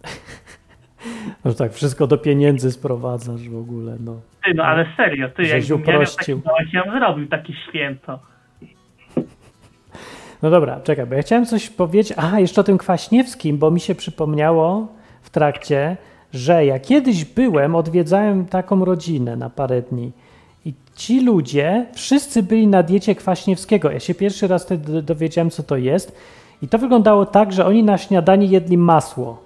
No tak, wszystko do pieniędzy sprowadzasz w ogóle, no. Ty, no ale serio, ty Żeś jakbym miał taki uprościł. dołek, ja bym zrobił takie święto. No dobra, czekaj, bo ja chciałem coś powiedzieć. Aha, jeszcze o tym Kwaśniewskim, bo mi się przypomniało w trakcie, że ja kiedyś byłem, odwiedzałem taką rodzinę na parę dni i ci ludzie wszyscy byli na diecie Kwaśniewskiego. Ja się pierwszy raz wtedy dowiedziałem, co to jest i to wyglądało tak, że oni na śniadanie jedli masło.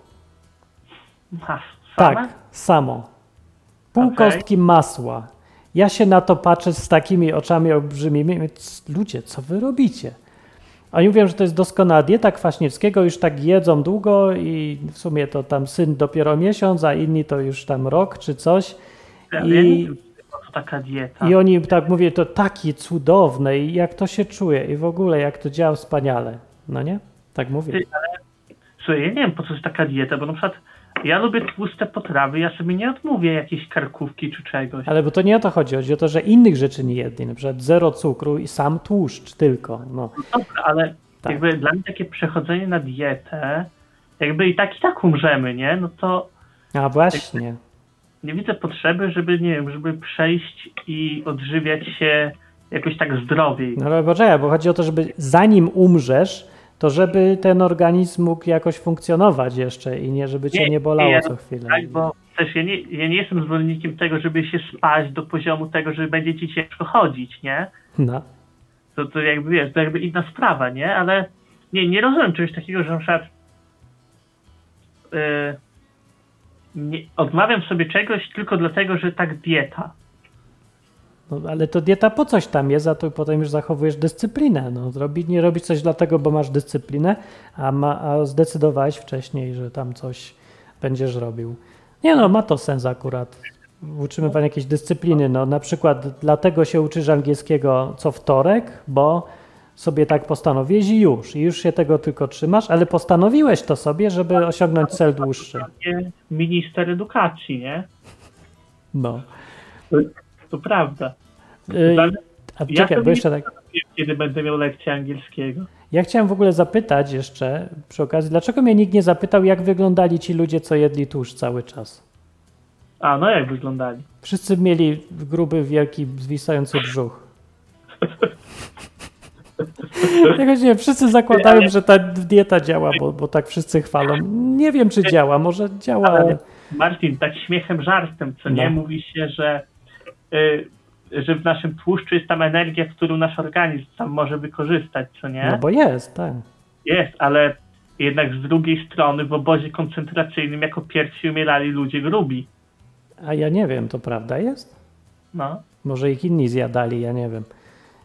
Mas, Tak, samo. Pół Okej. kostki masła. Ja się na to patrzę z takimi oczami olbrzymimi. Mówię, "C- Ludzie, co wy robicie? Oni mówią, że to jest doskonała dieta Kwaśniewskiego, już tak jedzą długo i w sumie to tam syn dopiero miesiąc, a inni to już tam rok czy coś. Ja, ja nie I, wiem, po co taka dieta. I oni tak mówią, to takie cudowne i jak to się czuje i w ogóle jak to działa wspaniale. No nie? Tak mówię. Ty, Słuchaj, ja nie wiem po co jest taka dieta, bo na przykład ja lubię tłuste potrawy, ja sobie nie odmówię jakiejś karkówki czy czegoś. Ale bo to nie o to chodzi. Chodzi o to, że innych rzeczy nie jedli. Na przykład zero cukru i sam tłuszcz tylko. No. Dobra, ale Tak. jakby dla mnie takie przechodzenie na dietę, jakby i tak i tak umrzemy, nie? No to A właśnie. nie widzę potrzeby, żeby, nie wiem, żeby przejść i odżywiać się jakoś tak zdrowiej. No ale poczekaj, bo chodzi o to, żeby zanim umrzesz, to żeby ten organizm mógł jakoś funkcjonować jeszcze i nie żeby cię nie, Nie, bolało nie, co chwilę. Tak, bo też ja nie, ja nie jestem zwolennikiem tego, żeby się spaść do poziomu tego, że będzie ci ciężko chodzić, nie? No. To, to jakby wiesz, to jakby inna sprawa, nie? Ale nie, nie rozumiem czegoś takiego, że na przykład yy, nie, odmawiam sobie czegoś tylko dlatego, że tak dieta. No, ale to dieta po coś tam jest, a to potem już zachowujesz dyscyplinę. No, robi, nie robić coś dlatego, bo masz dyscyplinę, a, ma, a zdecydowałeś wcześniej, że tam coś będziesz robił. Nie no, ma to sens akurat. Uczymy pan jakiejś dyscypliny. No, na przykład dlatego się uczysz angielskiego co wtorek, bo sobie tak postanowiłeeś i już. I już się tego tylko trzymasz, ale postanowiłeś to sobie, żeby osiągnąć cel dłuższy. Nie minister edukacji, nie? No. To prawda. Yy, a Ja czekaj, sobie bo jeszcze tak. nie wiem, kiedy będę miał lekcję angielskiego. Ja chciałem w ogóle zapytać jeszcze przy okazji, dlaczego mnie nikt nie zapytał, jak wyglądali ci ludzie, co jedli tłuszcz cały czas? A, no jak wyglądali? Wszyscy mieli gruby, wielki, zwisający brzuch. Jakoś nie, wszyscy zakładają, że ta dieta działa, bo, bo tak wszyscy chwalą. Nie wiem, czy działa, może działa, ale... Marcin, tak śmiechem, żartem, co nie? No. Mówi się, że, y, że w naszym tłuszczu jest tam energia, którą nasz organizm tam może wykorzystać, co nie? No bo jest, tak. Jest, ale jednak z drugiej strony w obozie koncentracyjnym jako pierwsi umierali ludzie grubi. A ja nie wiem, to prawda jest? No. Może ich inni zjadali, ja nie wiem.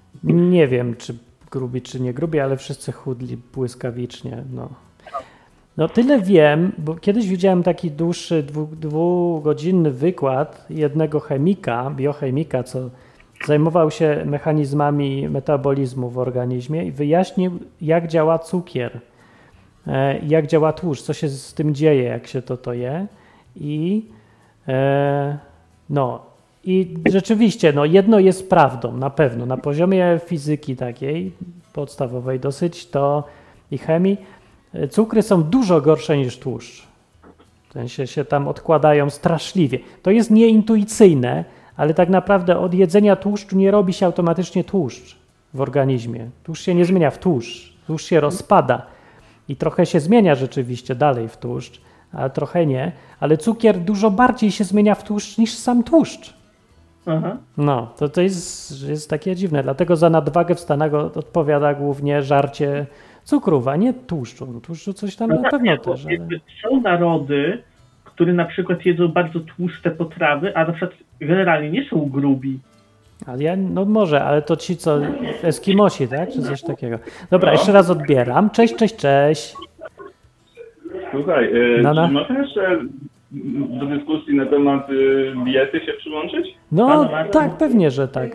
Nie wiem, czy grubi, czy nie grubi, ale wszyscy chudli błyskawicznie, no. No tyle wiem, bo kiedyś widziałem taki dłuższy, dwu, dwugodzinny wykład jednego chemika, biochemika, co zajmował się mechanizmami metabolizmu w organizmie i wyjaśnił, jak działa cukier, e, jak działa tłuszcz, co się z tym dzieje, jak się to to je. I e, no i rzeczywiście, no jedno jest prawdą, na pewno, na poziomie fizyki takiej podstawowej dosyć to i chemii, cukry są dużo gorsze niż tłuszcz. W sensie się tam odkładają straszliwie. To jest nieintuicyjne, ale tak naprawdę od jedzenia tłuszczu nie robi się automatycznie tłuszcz w organizmie. Tłuszcz się nie zmienia w tłuszcz. Tłuszcz się rozpada i trochę się zmienia rzeczywiście dalej w tłuszcz, a trochę nie. Ale cukier dużo bardziej się zmienia w tłuszcz niż sam tłuszcz. Aha. No, to, to jest, jest takie dziwne. Dlatego za nadwagę w Stanach odpowiada głównie żarcie cukrów, a nie tłuszczu. Tłuszczu coś tam No na pewno tak, też. Ale... Są narody, które na przykład jedzą bardzo tłuste potrawy, a na przykład generalnie nie są grubi. Ale ja, no może, ale to ci co, Eskimosi, tak? Czy coś takiego. Dobra, jeszcze raz odbieram. Cześć, cześć, cześć. Słuchaj, No, no. czy można jeszcze do dyskusji na temat diety się przyłączyć? No tak, pewnie, że tak.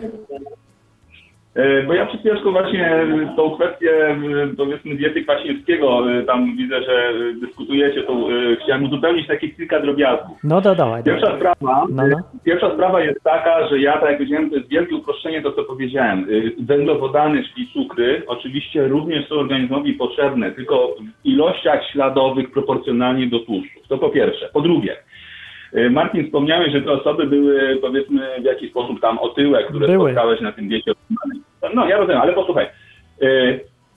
Bo ja przed chwileczką właśnie tą kwestię, powiedzmy, diety Kwaśniewskiego, tam widzę, że dyskutujecie, to chciałem uzupełnić takie kilka drobiazgów. No to dawaj. Pierwsza dawaj. sprawa, No, no. pierwsza sprawa jest taka, że ja, tak jak powiedziałem, to jest wielkie uproszczenie to, co powiedziałem. Węglowodany, czyli cukry, oczywiście również są organizmowi potrzebne, tylko w ilościach śladowych proporcjonalnie do tłuszczów. To po pierwsze. Po drugie, Martin, wspomniałeś, że te osoby były, powiedzmy, w jakiś sposób tam otyłe, które były. spotkałeś na tym diecie optymalnej. No, ja rozumiem, ale posłuchaj. Yy,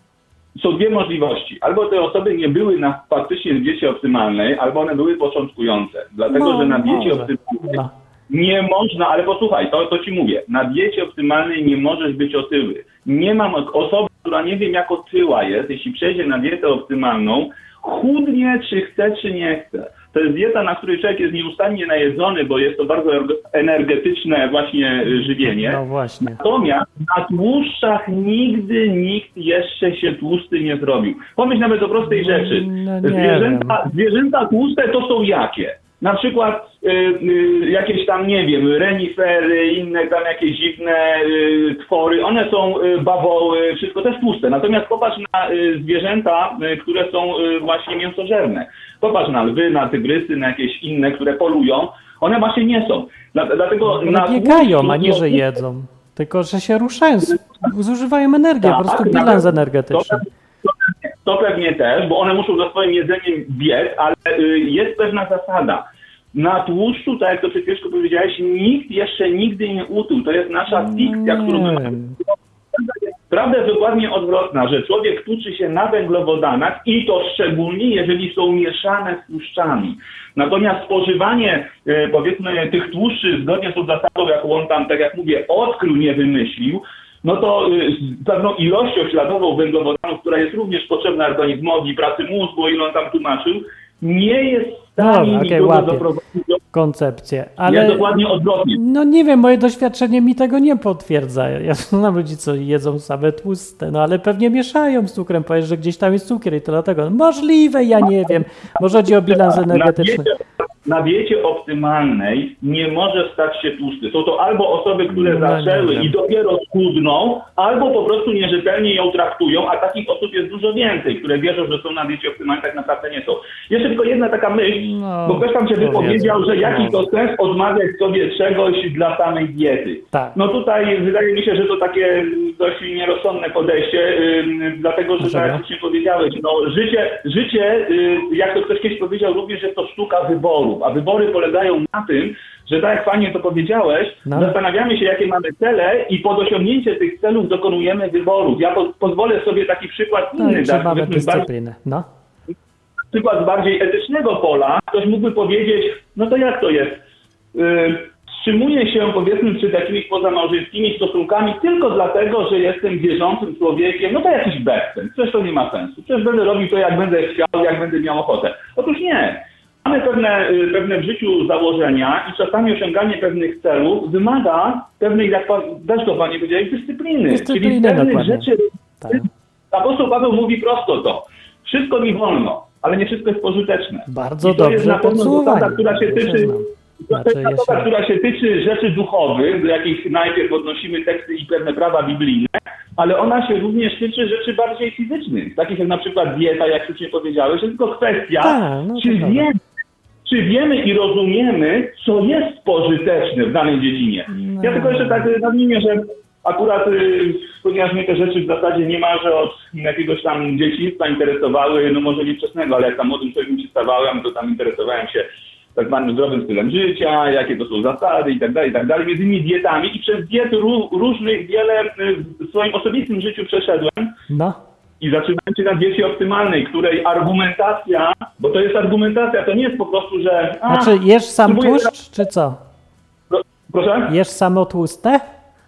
są dwie możliwości. Albo te osoby nie były na faktycznie w diecie optymalnej, albo one były początkujące. Dlatego, No, że na diecie może. optymalnej No. nie można, ale posłuchaj, to, to ci mówię. Na diecie optymalnej nie możesz być otyły. Nie mam osoby, która nie wiem jak otyła jest, jeśli przejdzie na dietę optymalną, chudnie, czy chce, czy nie chce. To jest dieta, na której człowiek jest nieustannie najedzony, bo jest to bardzo energetyczne właśnie żywienie. No właśnie. Natomiast na tłuszczach nigdy nikt jeszcze się tłusty nie zrobił. Pomyśl nawet o prostej rzeczy. No, nie zwierzęta, wiem. zwierzęta tłuste to są jakie? Na przykład y, y, jakieś tam, nie wiem, renifery, inne tam jakieś dziwne y, twory, one są y, bawoły, wszystko też tłuste. Natomiast popatrz na y, zwierzęta, y, które są y, właśnie mięsożerne. Popatrz na lwy, na tygrysy, na jakieś inne, które polują. One właśnie nie są. Dla, dlatego One na biegają, tłuszczu- a nie, że jedzą. Tylko, że się ruszają, zużywają energię, Tak, po prostu na bilans pewno. energetyczny. To, to pewnie też, bo one muszą za swoim jedzeniem biec, ale y, jest pewna zasada. Na tłuszczu, tak jak to przed chwileczką powiedziałeś, nikt jeszcze nigdy nie utył. To jest nasza fikcja, którą my Nie mamy. wiem. Prawda jest dokładnie odwrotna, że człowiek tuczy się na węglowodanach i to szczególnie, jeżeli są mieszane z tłuszczami. Natomiast spożywanie, e, powiedzmy, tych tłuszczy zgodnie z tą zasadą, jaką on tam, tak jak mówię, odkrył, nie wymyślił, no to y, z pewną ilością śladową węglowodanów, która jest również potrzebna organizmowi, pracy mózgu, ile on tam tłumaczył, nie jest w stanie Dobra, okej, nikogo łapię. doprowadzić do... Koncepcję, Jest ale dokładnie odwrotnie. no nie wiem, moje doświadczenie mi tego nie potwierdza. Ja znam ludzi, co jedzą same tłuste, no ale pewnie mieszają z cukrem, powiesz, że gdzieś tam jest cukier i to dlatego. Możliwe, ja nie wiem. Może chodzi o bilans energetyczny. Na diecie, na diecie optymalnej nie może stać się tłusty. Są to albo osoby, które No, zaczęły nie wiem. i dopiero schudną, albo po prostu nierzetelnie ją traktują, a takich osób jest dużo więcej, które wierzą, że są na diecie optymalnej, tak naprawdę nie są. Jeszcze tylko jedna taka myśl, No, bo ktoś tam się powiedzmy, wypowiedział, że jaki no. to sens odmawiać sobie czegoś dla samej diety. Tak. No tutaj wydaje mi się, że to takie dość nierozsądne podejście, yy, dlatego, że Dlaczego? tak jak wcześniej powiedziałeś, no życie, życie yy, jak to ktoś kiedyś powiedział, również jest to sztuka wyborów, a wybory polegają na tym, że tak jak fajnie to powiedziałeś, No. zastanawiamy się, jakie mamy cele i pod osiągnięcie tych celów dokonujemy wyborów. Ja po, pozwolę sobie taki przykład No inny i dać, trzeba powiedzmy, bardziej, dyscyplinę. No. przykład z bardziej etycznego pola. Ktoś mógłby powiedzieć, no to jak to jest? Yy, wstrzymuję się, powiedzmy, przed jakimiś pozamałżeńskimi stosunkami tylko dlatego, że jestem wierzącym człowiekiem, no to jakiś bezsens, przecież to nie ma sensu. Przecież będę robił to, jak będę chciał, jak będę miał ochotę. Otóż nie. Mamy pewne, y, pewne w życiu założenia i czasami osiąganie pewnych celów wymaga pewnej, jak pan, też to panie powiedziałeś, dyscypliny. Dyscypliny, Czyli pewnych dokładnie. rzeczy. Tak. Apostoł Paweł mówi prosto to. Wszystko mi wolno, ale nie wszystko jest pożyteczne. Bardzo I to dobrze jest na pewno zasada, która się tyczy, to Znaczy, jest ja zasada, się... która się tyczy rzeczy duchowych, do jakich najpierw odnosimy teksty i pewne prawa biblijne, ale ona się również tyczy rzeczy bardziej fizycznych, takich jak na przykład dieta, jak słusznie powiedziałeś, to tylko kwestia, Ta, no czy, to wiemy, czy wiemy i rozumiemy, co jest pożyteczne w danej dziedzinie. No. Ja tylko jeszcze tak nadmienię, że akurat, y, ponieważ mnie te rzeczy w zasadzie niemalże od jakiegoś tam dzieciństwa interesowały, no może nie wczesnego, ale jak tam młodym człowiekiem się stawałem, to tam interesowałem się tak zwanym zdrowym stylem życia, jakie to są zasady i tak dalej, i tak dalej, między innymi dietami i przez diety ró- różnych wiele w swoim osobistym życiu przeszedłem No. i zaczynałem się na diecie optymalnej, której argumentacja, bo to jest argumentacja, to nie jest po prostu, że... A, Znaczy, jesz sam spróbuję tłuszcz, czy co? Pro, proszę? Jesz samo tłuste?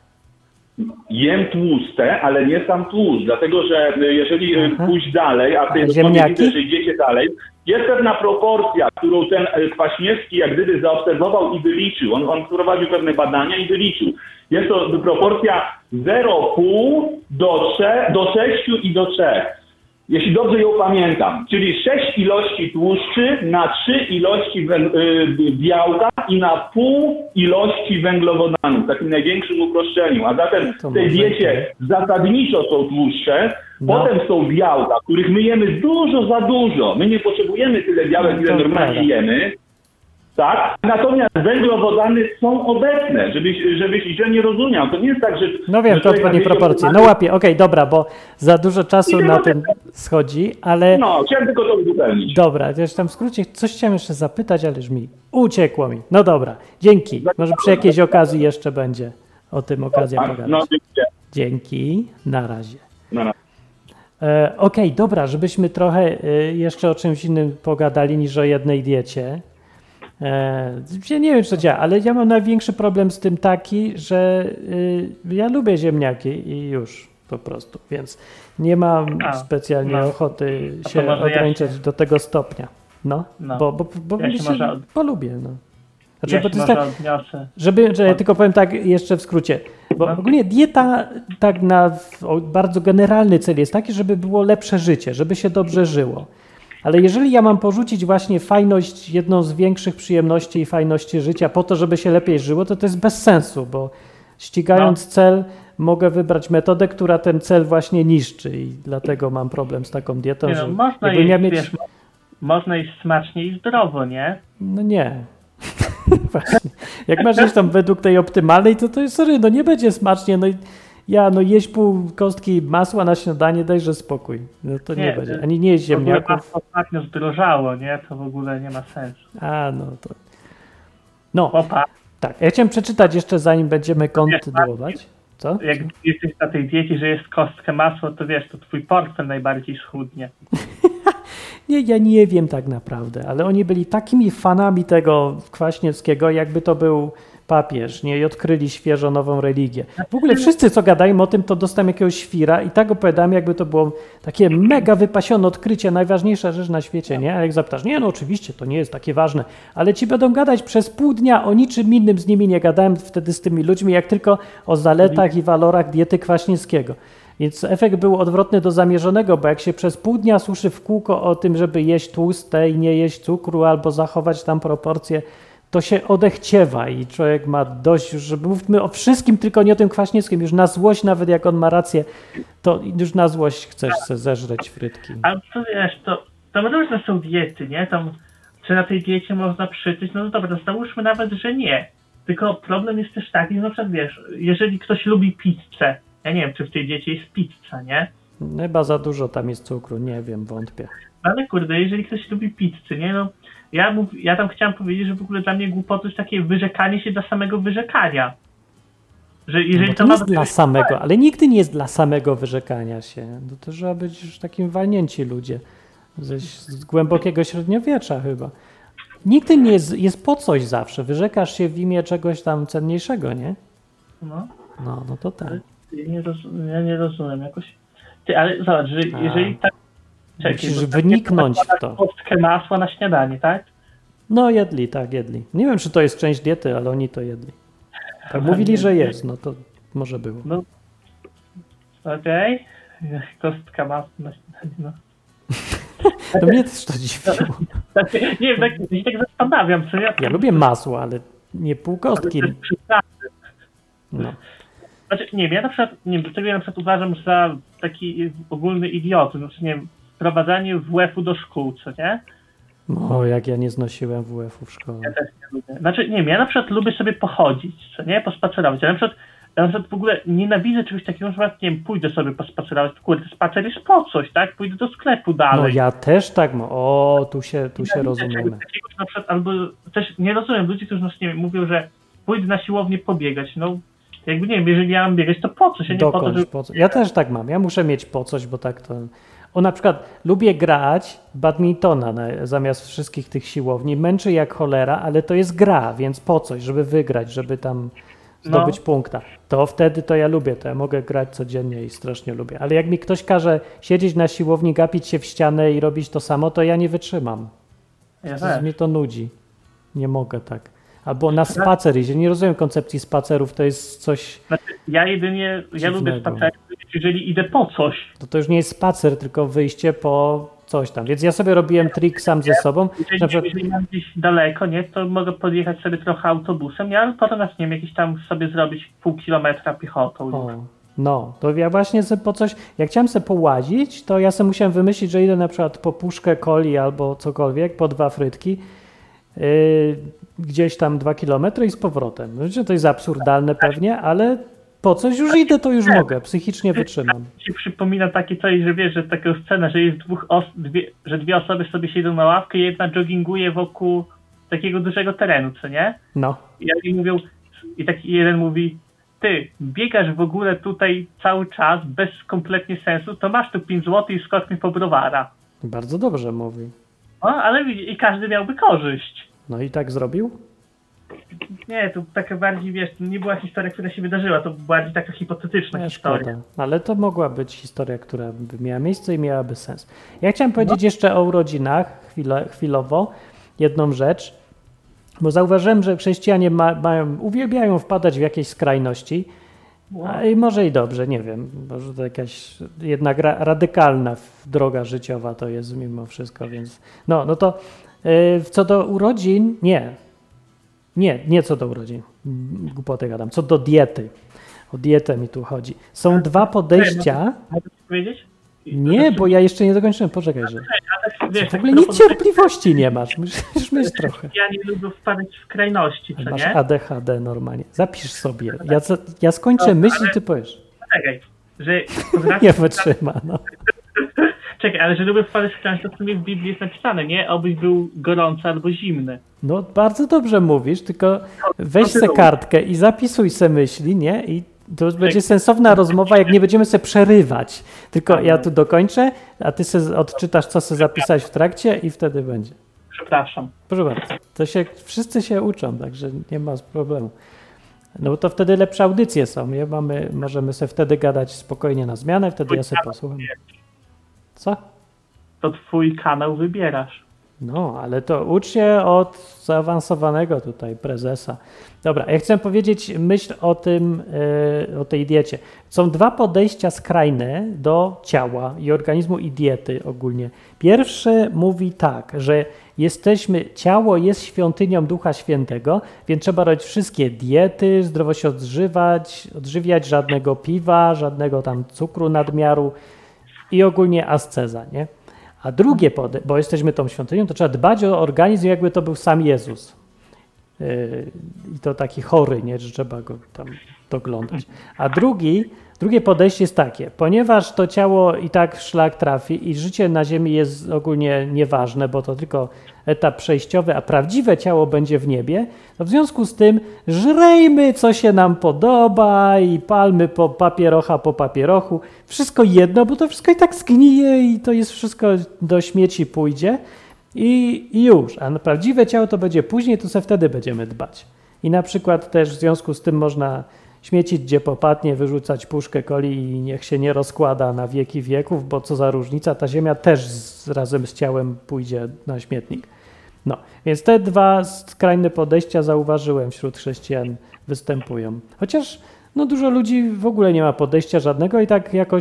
Jem tłuste, ale nie sam tłuszcz, dlatego że jeżeli Aha. pójść dalej, a A ty ziemniaki? widzę, że idziecie dalej, jest pewna proporcja, którą ten Kwaśniewski jak gdyby zaobserwował i wyliczył. On, on prowadził pewne badania i wyliczył. Jest to proporcja zero przecinek pięć do trzech, do sześciu i do trzech. Jeśli dobrze ją pamiętam, czyli sześć ilości tłuszczy na trzy ilości węg- y, białka i na pół ilości węglowodanów, w takim największym uproszczeniu. A zatem To w tej może diecie zasadniczo są tłuszcze, No. potem są białka, których my jemy dużo za dużo. My nie potrzebujemy tyle białek, No ile to normalnie prawda. jemy. Tak? Natomiast węglowodany są obecne, żebyś, żebyś źle nie rozumiał. To nie jest tak, że... No wiem, że to człowiek odpowiednie na diecie proporcje. No optymalnej- łapię, okej, dobra, bo za dużo czasu I na nie tym schodzi, ale No, chciałem tylko to uzupełnić. dobra, to jeszcze tam w skrócie coś chciałem jeszcze zapytać, ale już mi uciekło mi. No dobra, dzięki. Może przy jakiejś okazji jeszcze będzie o tym okazja A, pogadać. no, dziękuję. Dzięki, na razie. No, no. E, Okej, dobra, żebyśmy trochę e, jeszcze o czymś innym pogadali niż o jednej diecie. E, ja nie wiem, czy to działa, ale ja mam największy problem z tym taki, że y, ja lubię ziemniaki i już po prostu, więc nie mam A, specjalnie no. ochoty A to się może ja ograniczać się- do tego stopnia. No, No. bo, bo, bo Ja się się może od- polubię. No. Znaczy, Ja bo się to jest może tak, odniosę. żeby, że ja tylko powiem tak jeszcze w skrócie, bo No. ogólnie dieta tak na w- o, bardzo generalny cel jest taki, żeby było lepsze życie, żeby się dobrze żyło. Ale jeżeli ja mam porzucić właśnie fajność, jedną z większych przyjemności i fajności życia po to, żeby się lepiej żyło, to to jest bez sensu, bo ścigając No. cel mogę wybrać metodę, która ten cel właśnie niszczy i dlatego mam problem z taką dietą, Nie że no, można jakbym jeść, miał mieć... wiesz, mo- można jeść smacznie i zdrowo, nie? No nie. Właśnie. Jak masz jeść tam według tej optymalnej, to to jest sorry, no nie będzie smacznie. No i ja, no jeść pół kostki masła na śniadanie, dajże spokój. No to nie, Nie, będzie. y, Ani nie jeść W ogóle ziemniaków. masło ostatnio zdrożało, nie? To w ogóle nie ma sensu. A, no to... No, Opa, tak. Ja chciałem przeczytać jeszcze, zanim będziemy kontynuować. Co? jak jesteś na tej diecie, że jest kostkę masła, to wiesz, to twój portfel najbardziej schudnie. Nie, ja nie wiem tak naprawdę, ale oni byli takimi fanami tego Kwaśniewskiego, jakby to był papież, nie? I odkryli świeżo nową religię. W ogóle wszyscy, co gadają o tym, to dostałem jakiegoś świra i tak opowiadałem, jakby to było takie mega wypasione odkrycie, najważniejsza rzecz na świecie, nie? A jak zapytasz, nie, no oczywiście, to nie jest takie ważne, ale ci będą gadać przez pół dnia o niczym innym, z nimi nie gadałem wtedy z tymi ludźmi, jak tylko o zaletach i walorach diety Kwaśniewskiego. Więc efekt był odwrotny do zamierzonego, bo jak się przez pół dnia słyszy w kółko o tym, żeby jeść tłuste i nie jeść cukru albo zachować tam proporcje, to się odechciewa i człowiek ma dość już, żeby mówmy o wszystkim, tylko nie o tym Kwaśniewskim. Już na złość, nawet jak on ma rację, to już na złość chcesz se zeżreć frytki. A co wiesz, to tam różne są diety, nie? Tam, czy na tej diecie można przytyć? No dobra, to załóżmy nawet, że nie. Tylko problem jest też taki, że na przykład wiesz, jeżeli ktoś lubi pizzę, ja nie wiem, czy w tej diecie jest pizza, nie? Chyba za dużo tam jest cukru, nie wiem, wątpię. Ale kurde, jeżeli ktoś lubi pizzę, nie? No, ja, mów, ja tam chciałem powiedzieć, że w ogóle dla mnie głupotą jest takie wyrzekanie się dla samego wyrzekania. Że jeżeli No to to nie ma jest dla samego, ale nigdy nie jest dla samego wyrzekania się. No to trzeba być już takim walnięci ludzie. Ze, z głębokiego średniowiecza chyba. Nigdy nie jest, jest po coś zawsze. Wyrzekasz się w imię czegoś tam cenniejszego, nie? No, No, no to tak. ja nie, roz, ja nie rozumiem jakoś. Ty, ale zobacz, że A. jeżeli tak... Musisz bo tak wniknąć nie w to. kostkę masła na śniadanie, tak? No jedli, tak, jedli. Nie wiem, czy to jest część diety, ale oni to jedli. Tak mówili, że jest, no to może było. No, okej. Okay. Kostka masła na śniadanie, no. No mnie też to dziwiło. Znaczy, nie wiem, tak, się tak zastanawiam, co ja... Ja lubię masło, ale nie pół kostki. No. Znaczy, nie wiem, ja na przykład, nie wiem, dlaczego ja na przykład uważam za taki ogólny idiotyzm, znaczy, nie wiem, wprowadzanie W F-u do szkół, co nie? O, jak ja nie znosiłem W F-u w szkole. Ja też nie lubię. Znaczy, nie wiem, ja na przykład lubię sobie pochodzić, co nie? Pospacerować. Ja na przykład, ja na przykład w ogóle nienawidzę czegoś takiego, że nie wiem, pójdę sobie pospacerować, kurde, spacer jest po coś, tak? Pójdę do sklepu dalej. No ja też tak mam. O, tu się, tu się rozumiemy. Takiego, na przykład, albo też nie rozumiem ludzi, którzy nas, nie wiem, mówią, że pójdę na siłownię pobiegać, no jakby nie wiem, jeżeli ja mam biegać, to po coś, a nie Dokąd, po to, żeby... po co? Ja też tak mam. Ja muszę mieć po coś, bo tak to... O, na przykład lubię grać badmintona na, zamiast wszystkich tych siłowni. Męczy jak cholera, ale to jest gra, więc po coś, żeby wygrać, żeby tam zdobyć no. punkta. To wtedy to ja lubię, to ja mogę grać codziennie i strasznie lubię. Ale jak mi ktoś każe siedzieć na siłowni, gapić się w ścianę i robić to samo, to ja nie wytrzymam. Ja to, mnie to nudzi. Nie mogę tak. Albo na spacer iść. Nie rozumiem koncepcji spacerów, to jest coś... Znaczy, ja jedynie, ja lubię spacer, jeżeli idę po coś. To to już nie jest spacer, tylko wyjście po coś tam. Więc ja sobie robiłem trik sam ze sobą. Jeżeli, na przykład... jeżeli mam gdzieś daleko, nie, to mogę podjechać sobie trochę autobusem, ja, ale potem, nie wiem, jakieś tam sobie zrobić pół kilometra piechotą. O, no, to ja właśnie sobie po coś... Jak chciałem sobie połazić, to ja sobie musiałem wymyślić, że idę na przykład po puszkę coli albo cokolwiek, po dwa frytki, Yy, gdzieś tam dwa kilometry i z powrotem. No, to jest absurdalne pewnie, ale po coś już idę, to już mogę, psychicznie wytrzymam. Mi się przypomina takie coś, że wiesz, że taka scena, że jest dwóch os- dwie, że dwie osoby sobie siedzą na ławkę i jedna jogginguje wokół takiego dużego terenu, co nie? No. I oni mówią, i taki jeden mówi, ty, biegasz w ogóle tutaj cały czas, bez kompletnie sensu, to masz tu pięć złotych i skocz mi po browara. Bardzo dobrze mówi. No, ale i każdy miałby korzyść. No i tak zrobił? Nie, to taka bardziej, wiesz, to nie była historia, która się wydarzyła, to bardziej taka hipotetyczna Nie, historia. Szkoda. Ale to mogła być historia, która by miała miejsce i miałaby sens. Ja chciałem powiedzieć no. jeszcze o urodzinach chwilę, chwilowo, jedną rzecz, bo zauważyłem, że chrześcijanie ma, mają, uwielbiają wpadać w jakieś skrajności, a i może i dobrze, nie wiem, może to jakaś jednak ra, radykalna droga życiowa to jest mimo wszystko, więc no, no to yy, co do urodzin, nie, nie, nie co do urodzin, głupoty gadam, co do diety, o dietę mi tu chodzi. Są dwa podejścia. Mogę ci powiedzieć? Nie, bo ja jeszcze nie dokończyłem, poczekaj, że w ogóle nic cierpliwości nie masz, musisz mieć trochę. Ja nie lubię wpadać w skrajności, co masz nie? A D H D normalnie, zapisz sobie, ja, ja skończę no, myśl ale... i ty powiesz. Czekaj, że... Nie wytrzyma, no. Czekaj, ale że lubię wpadać w skrajność, to w sumie w Biblii jest napisane, nie? Obyś był gorący albo zimny. No bardzo dobrze mówisz, tylko weź se kartkę i zapisuj se myśli, nie? I to już będzie sensowna rozmowa, jak nie będziemy se przerywać. Tylko ja tu dokończę, a ty se odczytasz, co se zapisałeś w trakcie i wtedy będzie. Przepraszam. Proszę bardzo. To się, wszyscy się uczą, także nie ma problemu. No bo to wtedy lepsze audycje są, nie? Mamy, możemy sobie wtedy gadać spokojnie na zmianę, wtedy ja sobie posłucham. Co? To twój kanał wybierasz. No, ale to ucz się od zaawansowanego tutaj prezesa. Dobra, ja chcę powiedzieć myśl o tym, yy, o tej diecie. Są dwa podejścia skrajne do ciała i organizmu i diety ogólnie. Pierwszy mówi tak, że jesteśmy, ciało jest świątynią Ducha Świętego, więc trzeba robić wszystkie diety, zdrowo się odżywać, odżywiać, żadnego piwa, żadnego tam cukru nadmiaru i ogólnie asceza, nie? A drugie, pode- bo jesteśmy tą świątynią, to trzeba dbać o organizm, jakby to był sam Jezus. Yy, I to taki chory, nie, że trzeba go tam doglądać. A drugi, drugie podejście jest takie, ponieważ to ciało i tak szlak trafi i życie na ziemi jest ogólnie nieważne, bo to tylko etap przejściowy, a prawdziwe ciało będzie w niebie, to w związku z tym żrejmy, co się nam podoba i palmy po papierocha po papierochu. Wszystko jedno, bo to wszystko i tak zgnije i to jest wszystko do śmieci pójdzie i, i już. A na prawdziwe ciało to będzie później, to sobie wtedy będziemy dbać. I na przykład też w związku z tym można śmiecić gdzie popadnie, wyrzucać puszkę coli i niech się nie rozkłada na wieki wieków, bo co za różnica, ta ziemia też z, razem z ciałem pójdzie na śmietnik. No, więc te dwa skrajne podejścia zauważyłem wśród chrześcijan występują. Chociaż no, dużo ludzi w ogóle nie ma podejścia żadnego i tak jakoś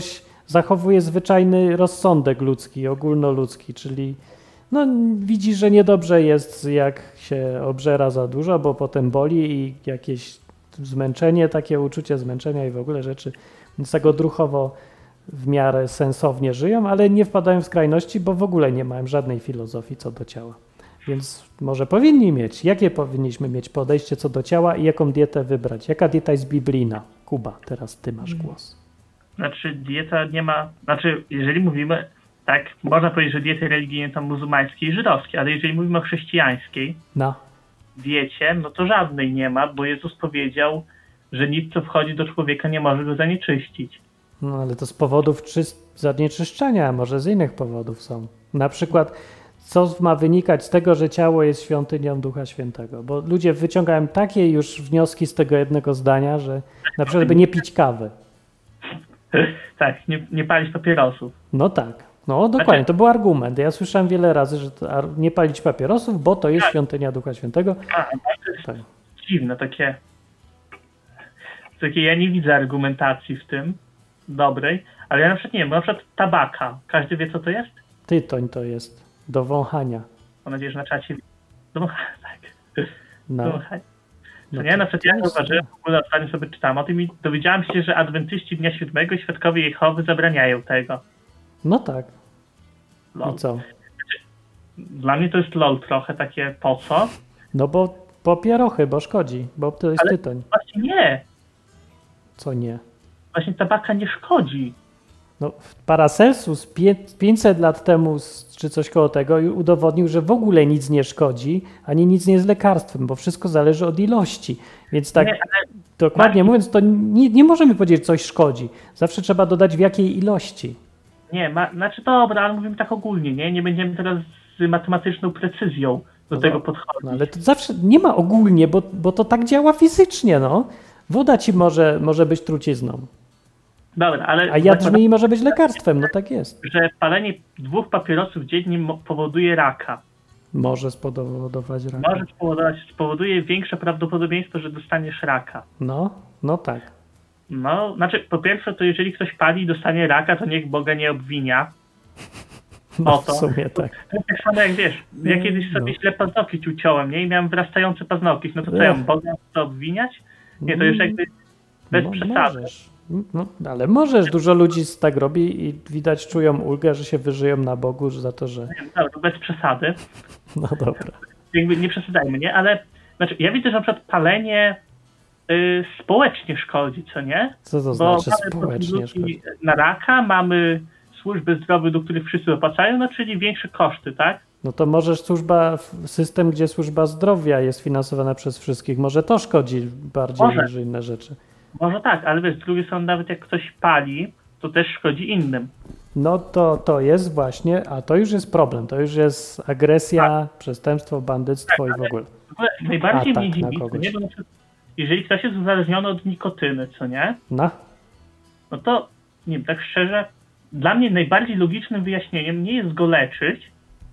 zachowuje zwyczajny rozsądek ludzki, ogólnoludzki, czyli no, widzi, że niedobrze jest, jak się obżera za dużo, bo potem boli i jakieś zmęczenie, takie uczucie zmęczenia i w ogóle rzeczy. Więc tak odruchowo w miarę sensownie żyją, ale nie wpadają w skrajności, bo w ogóle nie mają żadnej filozofii co do ciała. Więc może powinni mieć. Jakie powinniśmy mieć podejście co do ciała i jaką dietę wybrać? Jaka dieta jest biblijna? Kuba, teraz ty masz głos. Znaczy dieta nie ma, znaczy jeżeli mówimy, tak, można powiedzieć, że diety religijne to muzułmańskie i żydowskie, ale jeżeli mówimy o chrześcijańskiej No. diecie, no to żadnej nie ma, bo Jezus powiedział, że nic co wchodzi do człowieka nie może go zanieczyścić. No ale to z powodów czyst- zanieczyszczenia, może z innych powodów są. Na przykład, co ma wynikać z tego, że ciało jest świątynią Ducha Świętego? Bo ludzie wyciągają takie już wnioski z tego jednego zdania, że na przykład by nie pić kawy. Tak, nie, nie palić papierosów. No tak, no dokładnie, to był argument. Ja słyszałem wiele razy, że to ar- nie palić papierosów, bo to jest Tak. świątynia Ducha Świętego. A, to jest Tak. dziwne, takie, takie ja nie widzę argumentacji w tym dobrej, ale ja na przykład nie wiem, bo na przykład tabaka. Każdy wie co to jest? Tytoń to jest do wąchania. Mam nadzieję, że na czacie do wąchania, tak. No. Do wąchania. No nie, to- na przykład to ja jest- zauważyłem, w ogóle ostatnio sobie czytałem o tym i dowiedziałem się, że adwentyści Dnia Siódmego i Świadkowie Jehowy zabraniają tego. No tak. Lol. I co? Dla mnie to jest lol trochę takie po co? No bo popierochy, bo szkodzi, bo to jest Ale- tytoń. Właśnie nie. Co nie? Właśnie tabaka nie szkodzi. No, Paracelsus pie- pięćset lat temu s- czy coś koło tego i udowodnił, że w ogóle nic nie szkodzi, ani nic nie jest lekarstwem, bo wszystko zależy od ilości. Więc tak Nie, ale dokładnie Marcin- mówiąc, to nie, nie możemy powiedzieć, że coś szkodzi. Zawsze trzeba dodać w jakiej ilości. nie, ma, znaczy dobra, ale mówimy tak ogólnie, nie? Nie będziemy teraz z matematyczną precyzją do No tego to- podchodzić. No, ale to zawsze nie ma ogólnie, bo, bo to tak działa fizycznie. No. Woda ci może, może być trucizną, Dobra, ale a jad żmii może być lekarstwem. No tak jest. że palenie dwóch papierosów dziennie mo- powoduje raka. Może spowodować rak. Może spowodować, spowoduje większe prawdopodobieństwo, że dostaniesz raka. No, no tak. No, znaczy, po pierwsze, to jeżeli ktoś pali i dostanie raka, to niech Boga nie obwinia. No, O w to. sumie tak. To jest tak samo jak wiesz, ja No, kiedyś sobie no. źle paznokieć uciąłem, nie? I miałem wyrastający paznokieć, no to co Ech. ja mam Boga to obwiniać? Nie, to już jakby bez Mo- przesady. Możesz. No, ale możesz. Dużo ludzi tak robi i widać, czują ulgę, że się wyżyją na Bogu że za to, że... Nie, dobra, bez przesady. No dobra. Jakby nie przesadzajmy, nie? Ale znaczy, ja widzę, że na przykład palenie y, społecznie szkodzi, co nie? Co to Bo znaczy mamy społecznie produkty szkodzi? na raka, mamy służby zdrowia, do których wszyscy dopłacają, no czyli większe koszty, tak? No to możesz służba, system, gdzie służba zdrowia jest finansowana przez wszystkich, może to szkodzi bardziej Może. niż inne rzeczy. Może tak, ale wiesz, z drugiej strony nawet jak ktoś pali, to też szkodzi innym. No to, to jest właśnie, a to już jest problem, to już jest agresja, przestępstwo, bandyctwo i w ogóle. W ogóle najbardziej Atak mnie na dziwi, co kogoś. nie? Bo na przykład, jeżeli ktoś jest uzależniony od nikotyny, co nie? No, No to, nie wiem, tak szczerze, dla mnie najbardziej logicznym wyjaśnieniem nie jest go leczyć,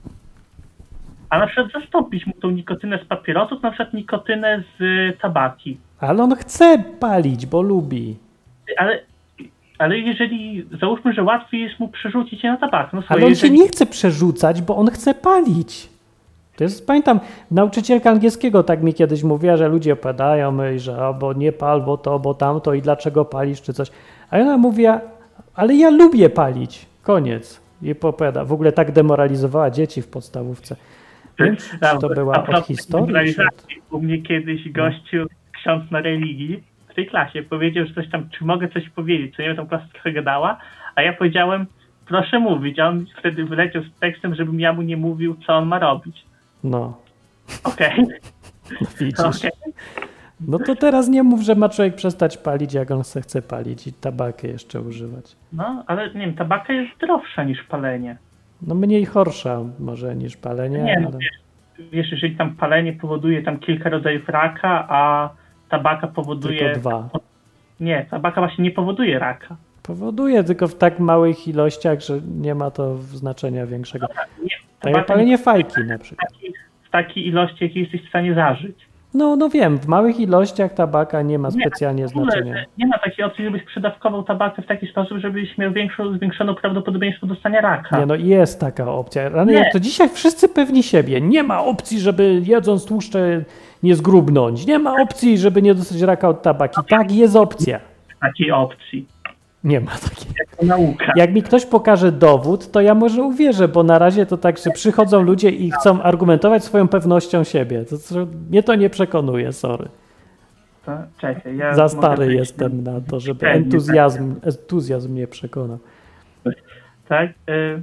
a na przykład zastąpić mu tą nikotynę z papierosów, na przykład nikotynę z y, tabaki. ale on chce palić, bo lubi. Ale, ale jeżeli, załóżmy, że łatwiej jest mu przerzucić się na tabak. No Ale swoje, on jeżeli... się nie chce przerzucać, bo on chce palić. To jest, pamiętam, nauczycielka angielskiego tak mi kiedyś mówiła, że ludzie opowiadają, i że o, bo nie pal, bo to, bo tamto i dlaczego palisz, czy coś. A ona mówiła, ale ja lubię palić. Koniec. I opowiada. W ogóle tak demoralizowała dzieci w podstawówce. Nie wiem, czy to była A propos od historii? Czy od... demoralizacji, u mnie kiedyś gościu, ksiądz na religii, w tej klasie powiedział, że coś tam, czy mogę coś powiedzieć, co nie wiem, tam klasa trochę gadała, a ja powiedziałem, proszę mówić, a on wtedy wyleciał z tekstem, żebym ja mu nie mówił, co on ma robić. No, Okej, no widzisz. okej. No to teraz nie mów, że ma człowiek przestać palić, jak on se chce palić i tabakę jeszcze używać. No, ale nie wiem, tabaka jest zdrowsza niż palenie. No mniej chorsza może niż palenie, Nie, no ale... wiesz, wiesz, jeżeli tam palenie powoduje tam kilka rodzajów raka, a tabaka powoduje... Tylko dwa. Nie, tabaka właśnie nie powoduje raka. Powoduje, tylko w tak małych ilościach, że nie ma to znaczenia większego. Nie, Tak jak tabaka palenie nie fajki na w przykład. takiej, w takiej ilości, jakiej jesteś w stanie zażyć. No, no wiem, w małych ilościach tabaka nie ma Nie, specjalnie w ogóle znaczenia. nie ma takiej opcji, żebyś przedawkował tabakę w taki sposób, żebyś miał większą, zwiększoną prawdopodobieństwo dostania raka. Nie, no jest taka opcja. Rany, Nie. jak to dzisiaj wszyscy pewni siebie. Nie ma opcji, żeby jedząc tłuszcze nie zgrubnąć. Nie ma opcji, żeby nie dostać raka od tabaki. Tak, jest opcja. Takiej opcji. Nie ma takiej. To nauka. Jak mi ktoś pokaże dowód, to ja może uwierzę, bo na razie to tak, że przychodzą ludzie i chcą argumentować swoją pewnością siebie. To, to, mnie to nie przekonuje, sorry. To, czekaj, ja Za stary mogę- jestem na to, żeby Pewnie, entuzjazm, entuzjazm mnie przekonał. Tak? Y,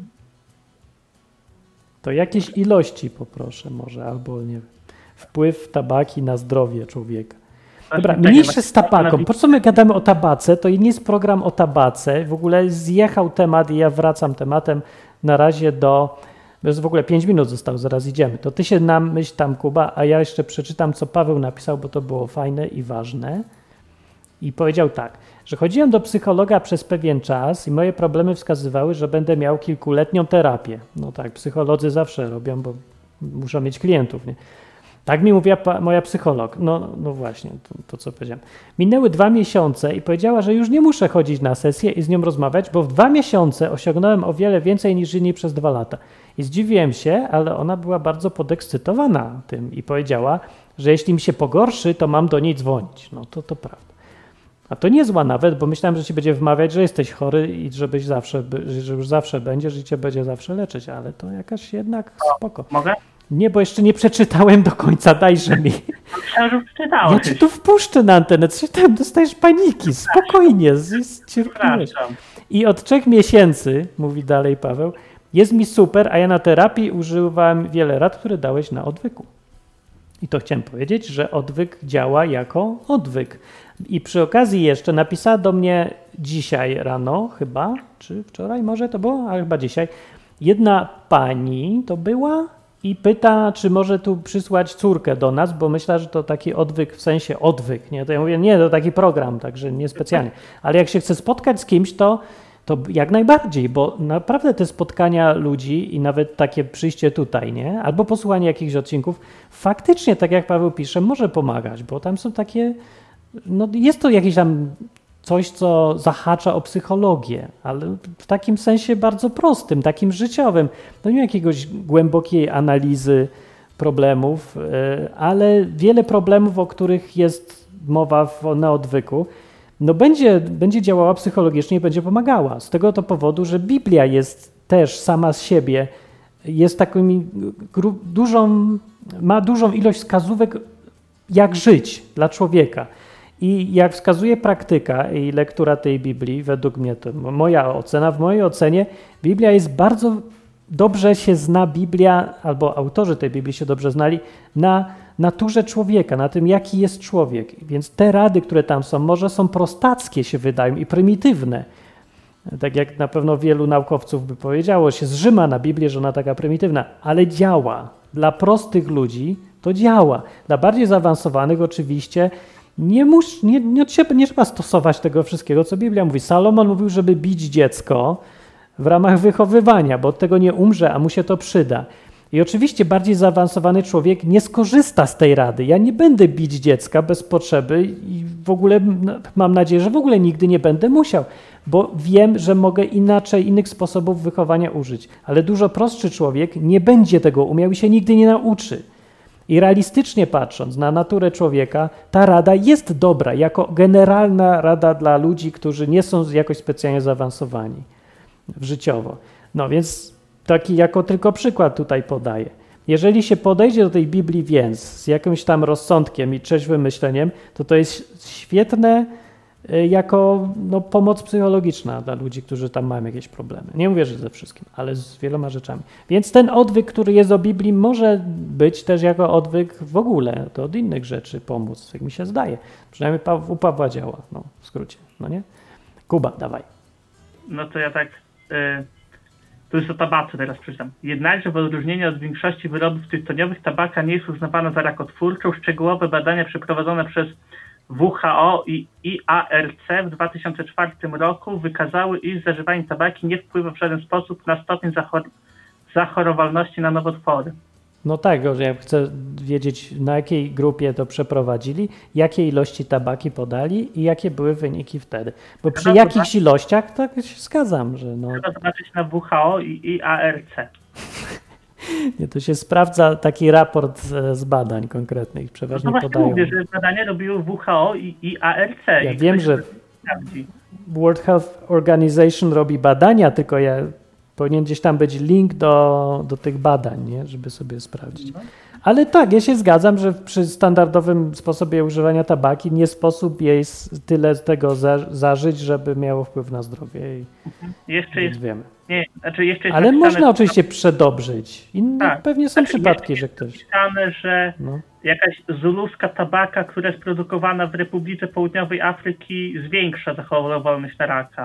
To jakieś ilości poproszę może, albo nie wiem, wpływ tabaki na zdrowie człowieka. Dobra, czekaj, mniejsze z na- tabaką. Po co my gadamy o tabace? To nie jest program o tabace. W ogóle zjechał temat i ja wracam tematem na razie do... Jest w ogóle pięć minut zostało, zaraz idziemy. To ty się namyśl tam, Kuba, a ja jeszcze przeczytam, co Paweł napisał, bo to było fajne i ważne. I powiedział tak, że chodziłem do psychologa przez pewien czas i moje problemy wskazywały, że będę miał kilkuletnią terapię. No tak, psycholodzy zawsze robią, bo muszą mieć klientów, nie? Tak mi mówiła pa, moja psycholog. No, no właśnie, to, to co powiedziałem. Minęły dwa miesiące i powiedziała, że już nie muszę chodzić na sesję i z nią rozmawiać, bo w dwa miesiące osiągnąłem o wiele więcej niż inni przez dwa lata. I zdziwiłem się, ale ona była bardzo podekscytowana tym i powiedziała, że jeśli mi się pogorszy, to mam do niej dzwonić. No to to prawda. A to niezła nawet, bo myślałem, że ci będzie wmawiać, że jesteś chory i żebyś zawsze, że już zawsze będziesz i cię będzie zawsze leczyć, ale to jakaś jednak spoko. mogę? Nie, bo jeszcze nie przeczytałem do końca, dajże mi. Myślałem, że przeczytałeś. Ja cię tu wpuszczę na antenę, coś tam dostajesz paniki, spokojnie, z, z cierpliwość. Przepraszam. I od trzech miesięcy, mówi dalej Paweł, jest mi super, a ja na terapii używałem wiele rad, które dałeś na odwyku. I to chciałem powiedzieć, że odwyk działa jako odwyk. I przy okazji jeszcze napisała do mnie dzisiaj rano chyba, czy wczoraj może to było, ale chyba dzisiaj, jedna pani to była i pyta, czy może tu przysłać córkę do nas, bo myślę, że to taki odwyk, w sensie odwyk, nie? To ja mówię, nie, to taki program, także niespecjalnie. Ale jak się chce spotkać z kimś, to, to jak najbardziej, bo naprawdę te spotkania ludzi i nawet takie przyjście tutaj, nie? Albo posłuchanie jakichś odcinków, faktycznie, tak jak Paweł pisze, może pomagać, bo tam są takie, no jest to jakieś tam coś, co zahacza o psychologię, ale w takim sensie bardzo prostym, takim życiowym. No nie jakiegoś głębokiej analizy problemów, ale wiele problemów, o których jest mowa w, na odwyku, no będzie, będzie działała psychologicznie i będzie pomagała. Z tego to powodu, że Biblia jest też sama z siebie, jest taką dużą, ma dużą ilość wskazówek, jak żyć dla człowieka. I jak wskazuje praktyka i lektura tej Biblii, według mnie to moja ocena, w mojej ocenie Biblia jest bardzo, dobrze się zna Biblia, albo autorzy tej Biblii się dobrze znali, na naturze człowieka, na tym, jaki jest człowiek. Więc te rady, które tam są, może są prostackie się wydają i prymitywne. Tak jak na pewno wielu naukowców by powiedziało, się zrzyma na Biblię, że ona taka prymitywna, ale działa. Dla prostych ludzi to działa. Dla bardziej zaawansowanych oczywiście Nie, mus, nie, nie, trzeba, nie trzeba stosować tego wszystkiego, co Biblia mówi. Salomon mówił, żeby bić dziecko w ramach wychowywania, bo od tego nie umrze, a mu się to przyda. I oczywiście bardziej zaawansowany człowiek nie skorzysta z tej rady. Ja nie będę bić dziecka bez potrzeby i w ogóle mam nadzieję, że w ogóle nigdy nie będę musiał, bo wiem, że mogę inaczej, innych sposobów wychowania użyć. Ale dużo prostszy człowiek nie będzie tego umiał i się nigdy nie nauczy. I realistycznie patrząc na naturę człowieka, ta rada jest dobra, jako generalna rada dla ludzi, którzy nie są jakoś specjalnie zaawansowani życiowo. No więc taki jako tylko przykład tutaj podaję. Jeżeli się podejdzie do tej Biblii więc z jakimś tam rozsądkiem i trzeźwym myśleniem, to to jest świetne jako no, pomoc psychologiczna dla ludzi, którzy tam mają jakieś problemy. Nie mówię, że ze wszystkim, ale z wieloma rzeczami. Więc ten odwyk, który jest o Biblii, może być też jako odwyk w ogóle, to od innych rzeczy pomóc, jak mi się zdaje. Przynajmniej u Pawła działa, no w skrócie, no nie? Kuba, dawaj. No to ja tak, y, tu jest o tabace teraz przeczytam. Jednakże w odróżnieniu od większości wyrobów tytoniowych tabaka nie jest uznawana za rakotwórczą. Szczegółowe badania przeprowadzone przez W H O i I A R C w dwa tysiące czwartym roku wykazały, iż zażywanie tabaki nie wpływa w żaden sposób na stopień zachor- zachorowalności na nowotwory. No tak, że ja chcę wiedzieć, na jakiej grupie to przeprowadzili, jakie ilości tabaki podali i jakie były wyniki wtedy. Bo przy Trzeba jakichś zobaczyć- ilościach tak się zgadzam, że no, Trzeba zobaczyć na W H O i I A R C. nie, to się sprawdza taki raport z, z badań konkretnych, No przeważnie to właśnie podają. mówię, że badania robiły W H O i I A R C. Ja i wiem, ktoś że to sprawdzi. World Health Organization robi badania, tylko ja powinien gdzieś tam być link do, do tych badań, nie? Żeby sobie sprawdzić. Ale tak, ja się zgadzam, że przy standardowym sposobie używania tabaki nie sposób jej s- tyle z tego za, zażyć, żeby miało wpływ na zdrowie. I, Jeszcze więc jest, wiemy. nie, znaczy jeszcze jest Ale napisane, można oczywiście przedobrzyć. Inne Tak. pewnie są Znaczy, przypadki, jest że ktoś... napisane, że No. jakaś zuluska tabaka, która jest produkowana w Republice Południowej Afryki, zwiększa zachorowalność na raka.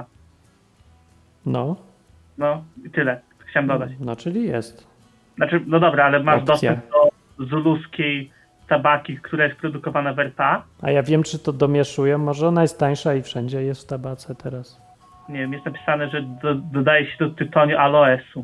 No, No i tyle. Chciałem dodać. no, czyli jest. Znaczy, no dobra, ale masz Opcja. dostęp do zuluskiej tabaki, która jest produkowana w R P A? A ja wiem, czy to domieszują. Może ona jest tańsza i wszędzie jest w tabace teraz. Nie wiem, jest napisane, że do, dodaje się do tytoniu aloesu.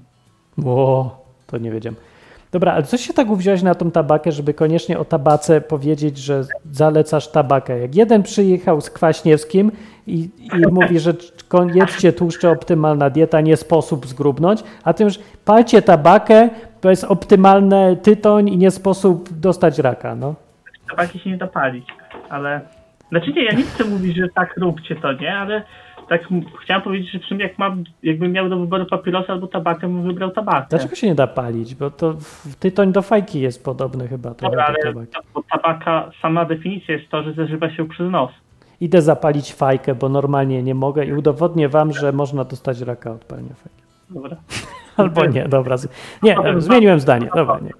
Ło, to nie wiedziałem. Dobra, ale co się tak uwziąłeś na tą tabakę, żeby koniecznie o tabace powiedzieć, że zalecasz tabakę? Jak jeden przyjechał z Kwaśniewskim i, i mówi, że kon- jedzcie tłuszcze, optymalna dieta, nie sposób zgrubnąć, a ty już palcie tabakę, to jest optymalny tytoń i nie sposób dostać raka, no. Tabaki się nie da palić, ale... Znaczy nie, ja nie chcę mówić, że tak róbcie to, nie? Ale tak m- chciałem powiedzieć, że w sumie jak mam, jakbym miał do wyboru papierosa albo tabakę, bym wybrał tabakę. Dlaczego się nie da palić? Bo to w- tytoń do fajki jest podobny chyba. trochę Dobra, do ale tabaki. bo tabaka, sama definicja jest to, że zażywa się przez nos. Idę zapalić fajkę, bo normalnie nie mogę i udowodnię wam, że można dostać raka od palenia fajki. Dobra. Albo nie, dobra. z- Nie, e, zmieniłem zdanie. Dobra, nie.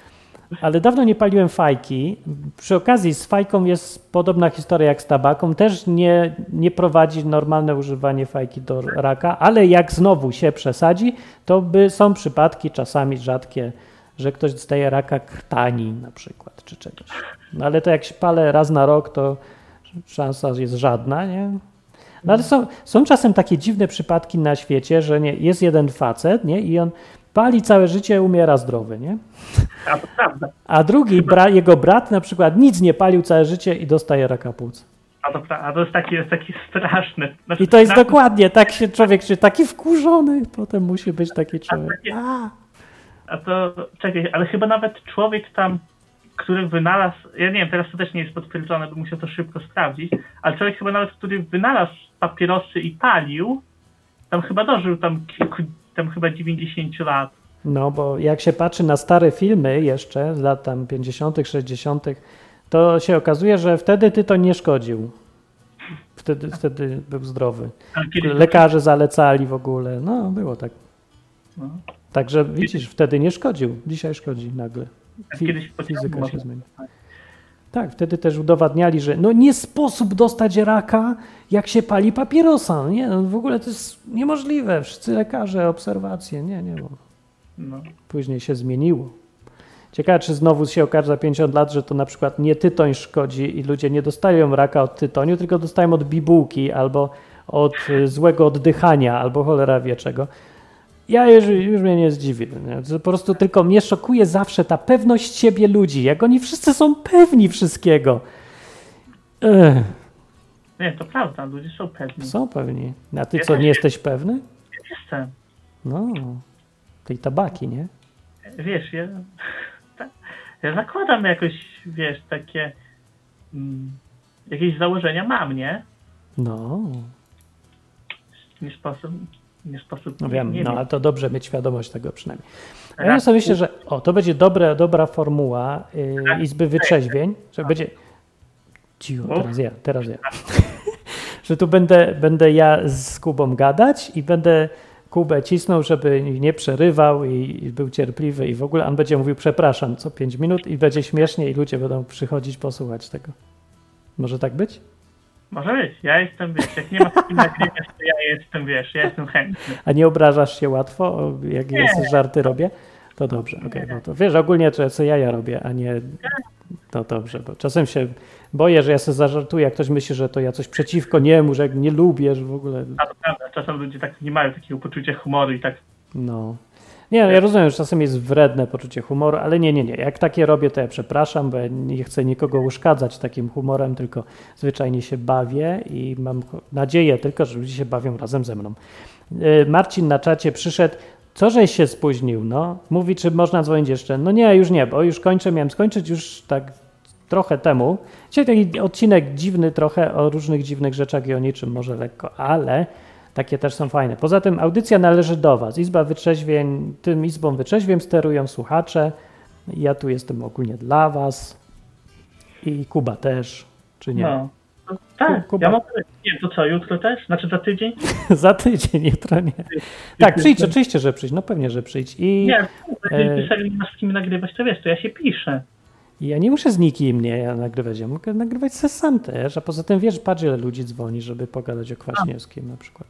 Ale dawno nie paliłem fajki. Przy okazji z fajką jest podobna historia jak z tabaką. Też nie, nie prowadzi normalne używanie fajki do raka, ale jak znowu się przesadzi, to by są przypadki, czasami rzadkie, że ktoś dostaje raka krtani na przykład, czy czegoś. No ale to jak się palę raz na rok, to szansa jest żadna, nie? No ale są, są czasem takie dziwne przypadki na świecie, że nie, jest jeden facet, nie? I on pali całe życie, umiera zdrowy, nie? A to prawda. A drugi, bra, jego brat na przykład nic nie palił całe życie i dostaje raka płuc. A to, pra- a to jest taki, jest taki straszny. Znaczy, I to jest straszny- dokładnie, tak się człowiek się taki wkurzony, potem musi być taki człowiek. A, A to, czekaj, ale chyba nawet człowiek tam, który wynalazł, ja nie wiem, teraz to też nie jest potwierdzone, bym musiał to szybko sprawdzić, ale człowiek chyba nawet, który wynalazł papierosy i palił, tam chyba dożył tam kilku, tam chyba dziewięćdziesiąt lat. no bo jak się patrzy na stare filmy jeszcze z lat tam pięćdziesiątych, sześćdziesiątych, to się okazuje, że wtedy tytoń nie szkodził. Wtedy, wtedy był zdrowy. Ale kiedyś Lekarze zalecali w ogóle. No, było tak. No. Także widzisz, wtedy nie szkodził. Dzisiaj szkodzi nagle. Fi- Kiedyś pociągu fizyka można- się zmienia. Tak, wtedy też udowadniali, że no nie sposób dostać raka, jak się pali papierosa. Nie, no w ogóle to jest niemożliwe. Wszyscy lekarze, obserwacje. Nie, nie. Bo No. później się zmieniło. Ciekawe, czy znowu się okaże za pięćdziesiąt lat, że to na przykład nie tytoń szkodzi i ludzie nie dostają raka od tytoniu, tylko dostają od bibułki albo od y, złego oddychania, albo cholera wie czego. Ja już, już mnie nie zdziwię. Nie? To po prostu tylko mnie szokuje zawsze ta pewność siebie ludzi, jak oni wszyscy są pewni wszystkiego. Ech, Nie, to prawda, ludzie są pewni. są pewni. A ty co, nie jesteś pewny? Jestem. No, tej tabaki, nie? Wiesz, ja, ta, ja zakładam jakoś, wiesz, takie mm, jakieś założenia mam, nie? No, Nie sposób, nie sposób, no wiem, nie no wiem. ale to dobrze mieć świadomość tego przynajmniej. A ja Raz- sobie myślę, że o, to będzie dobra, dobra formuła y, Izby Wytrzeźwień, że będzie... Cicho, teraz ja, teraz ja. Że tu będę, będę ja z Kubą gadać i będę Kubę cisnął, żeby nie przerywał i, i był cierpliwy i w ogóle on będzie mówił przepraszam co pięć minut i będzie śmiesznie i ludzie będą przychodzić posłuchać tego. Może tak być? Może być, ja jestem, wiesz, jak nie ma takiej nagrywania, to ja jestem, wiesz, ja jestem chętny. A nie obrażasz się łatwo, jak ja żarty robię? To dobrze, okej, no to wiesz, ogólnie to co ja ja robię, a nie... No dobrze, bo czasem się boję, że ja sobie zażartuję, jak ktoś myśli, że to ja coś przeciwko niemu, że jak nie lubię, że w ogóle... A to prawda, czasem ludzie tak nie mają takiego poczucia humoru i tak, No. Nie, ja rozumiem, że czasem jest wredne poczucie humoru, ale nie, nie, nie. Jak takie robię, to ja przepraszam, bo ja nie chcę nikogo uszkadzać takim humorem, tylko zwyczajnie się bawię i mam nadzieję tylko, że ludzie się bawią razem ze mną. Marcin na czacie przyszedł, co żeś się spóźnił, no? Mówi, czy można dzwonić jeszcze. No nie, już nie, bo już kończę, miałem skończyć już tak trochę temu. Dzisiaj taki odcinek dziwny trochę o różnych dziwnych rzeczach i o niczym może lekko, ale takie też są fajne. Poza tym audycja należy do was. Izba Wytrzeźwień, tym Izbą Wytrzeźwiem sterują słuchacze. Ja tu jestem ogólnie dla was. I Kuba też, czy nie? No. No, tak, Kuba. ja mogę. Nie, to co, jutro też? Znaczy za tydzień? Za tydzień, jutro nie. Tak, przyjdź, oczywiście, że przyjdź. No pewnie, że przyjdź. I Nie, jeżeli e... ty serio nie masz z kim nagrywać, to wiesz, to ja się piszę. ja nie muszę z nikim nie ja nagrywać. Ja mogę nagrywać se sam też. A poza tym wiesz, patrz ile ludzi dzwoni, żeby pogadać o Kwaśniewskim na przykład.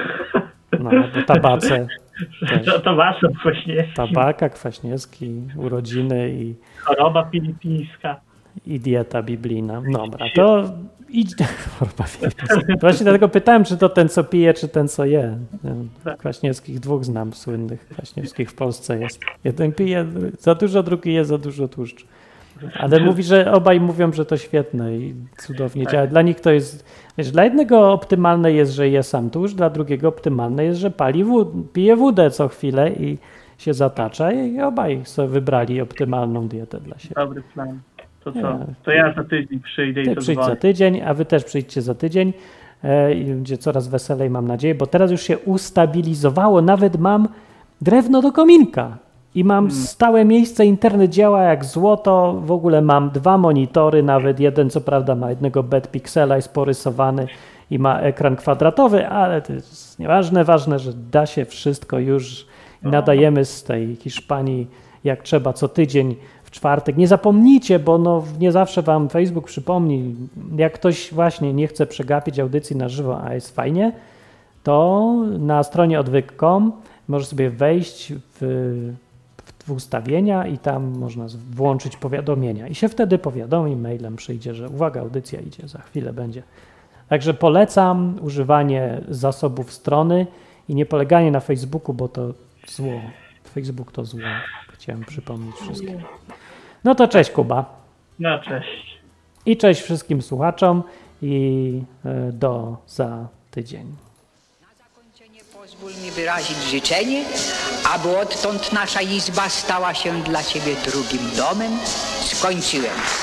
No, bo tabace. To, to wasza właśnie. Tabaka, Kwaśniewski, urodziny i, Choroba filipińska. i dieta biblijna. Dobra, to idź. Choroba filipińska. Właśnie dlatego pytałem, czy to ten, co pije, czy ten, co je. Kwaśniewskich dwóch znam słynnych. Kwaśniewskich w Polsce jest. Jeden pije za dużo, drugi je za dużo tłuszczu. Ale mówi, że obaj mówią, że to świetne i cudownie działa. Dla nich to jest, wiesz, dla jednego optymalne jest, że je sam tłuszcz, dla drugiego optymalne jest, że pali wód, pije wódę co chwilę i się zatacza i obaj sobie wybrali optymalną dietę dla siebie. Dobry plan. To co? Nie. To ja za tydzień przyjdę Ty i przyjdź za zadzwonię. tydzień, a wy też przyjdźcie za tydzień e, i będzie coraz weselej, mam nadzieję, bo teraz już się ustabilizowało, nawet mam drewno do kominka. I mam Hmm. stałe miejsce, internet działa jak złoto, w ogóle mam dwa monitory, nawet jeden co prawda ma jednego bedpixela, jest porysowany i ma ekran kwadratowy, ale to jest nieważne, ważne, że da się wszystko już i nadajemy z tej Hiszpanii jak trzeba co tydzień w czwartek. Nie zapomnijcie, bo no nie zawsze wam Facebook przypomni, jak ktoś właśnie nie chce przegapić audycji na żywo, a jest fajnie, to na stronie odwyk kropka com może sobie wejść w w ustawienia i tam można włączyć powiadomienia i się wtedy powiadomi, mailem przyjdzie, że uwaga, audycja idzie, za chwilę będzie. Także polecam używanie zasobów strony i nie poleganie na Facebooku, bo to zło. Facebook to zło. Chciałem przypomnieć wszystkim. No to cześć Kuba. No cześć. I cześć wszystkim słuchaczom i do za tydzień. Pozwól mi wyrazić życzenie, aby odtąd nasza izba stała się dla Ciebie drugim domem. Skończyłem.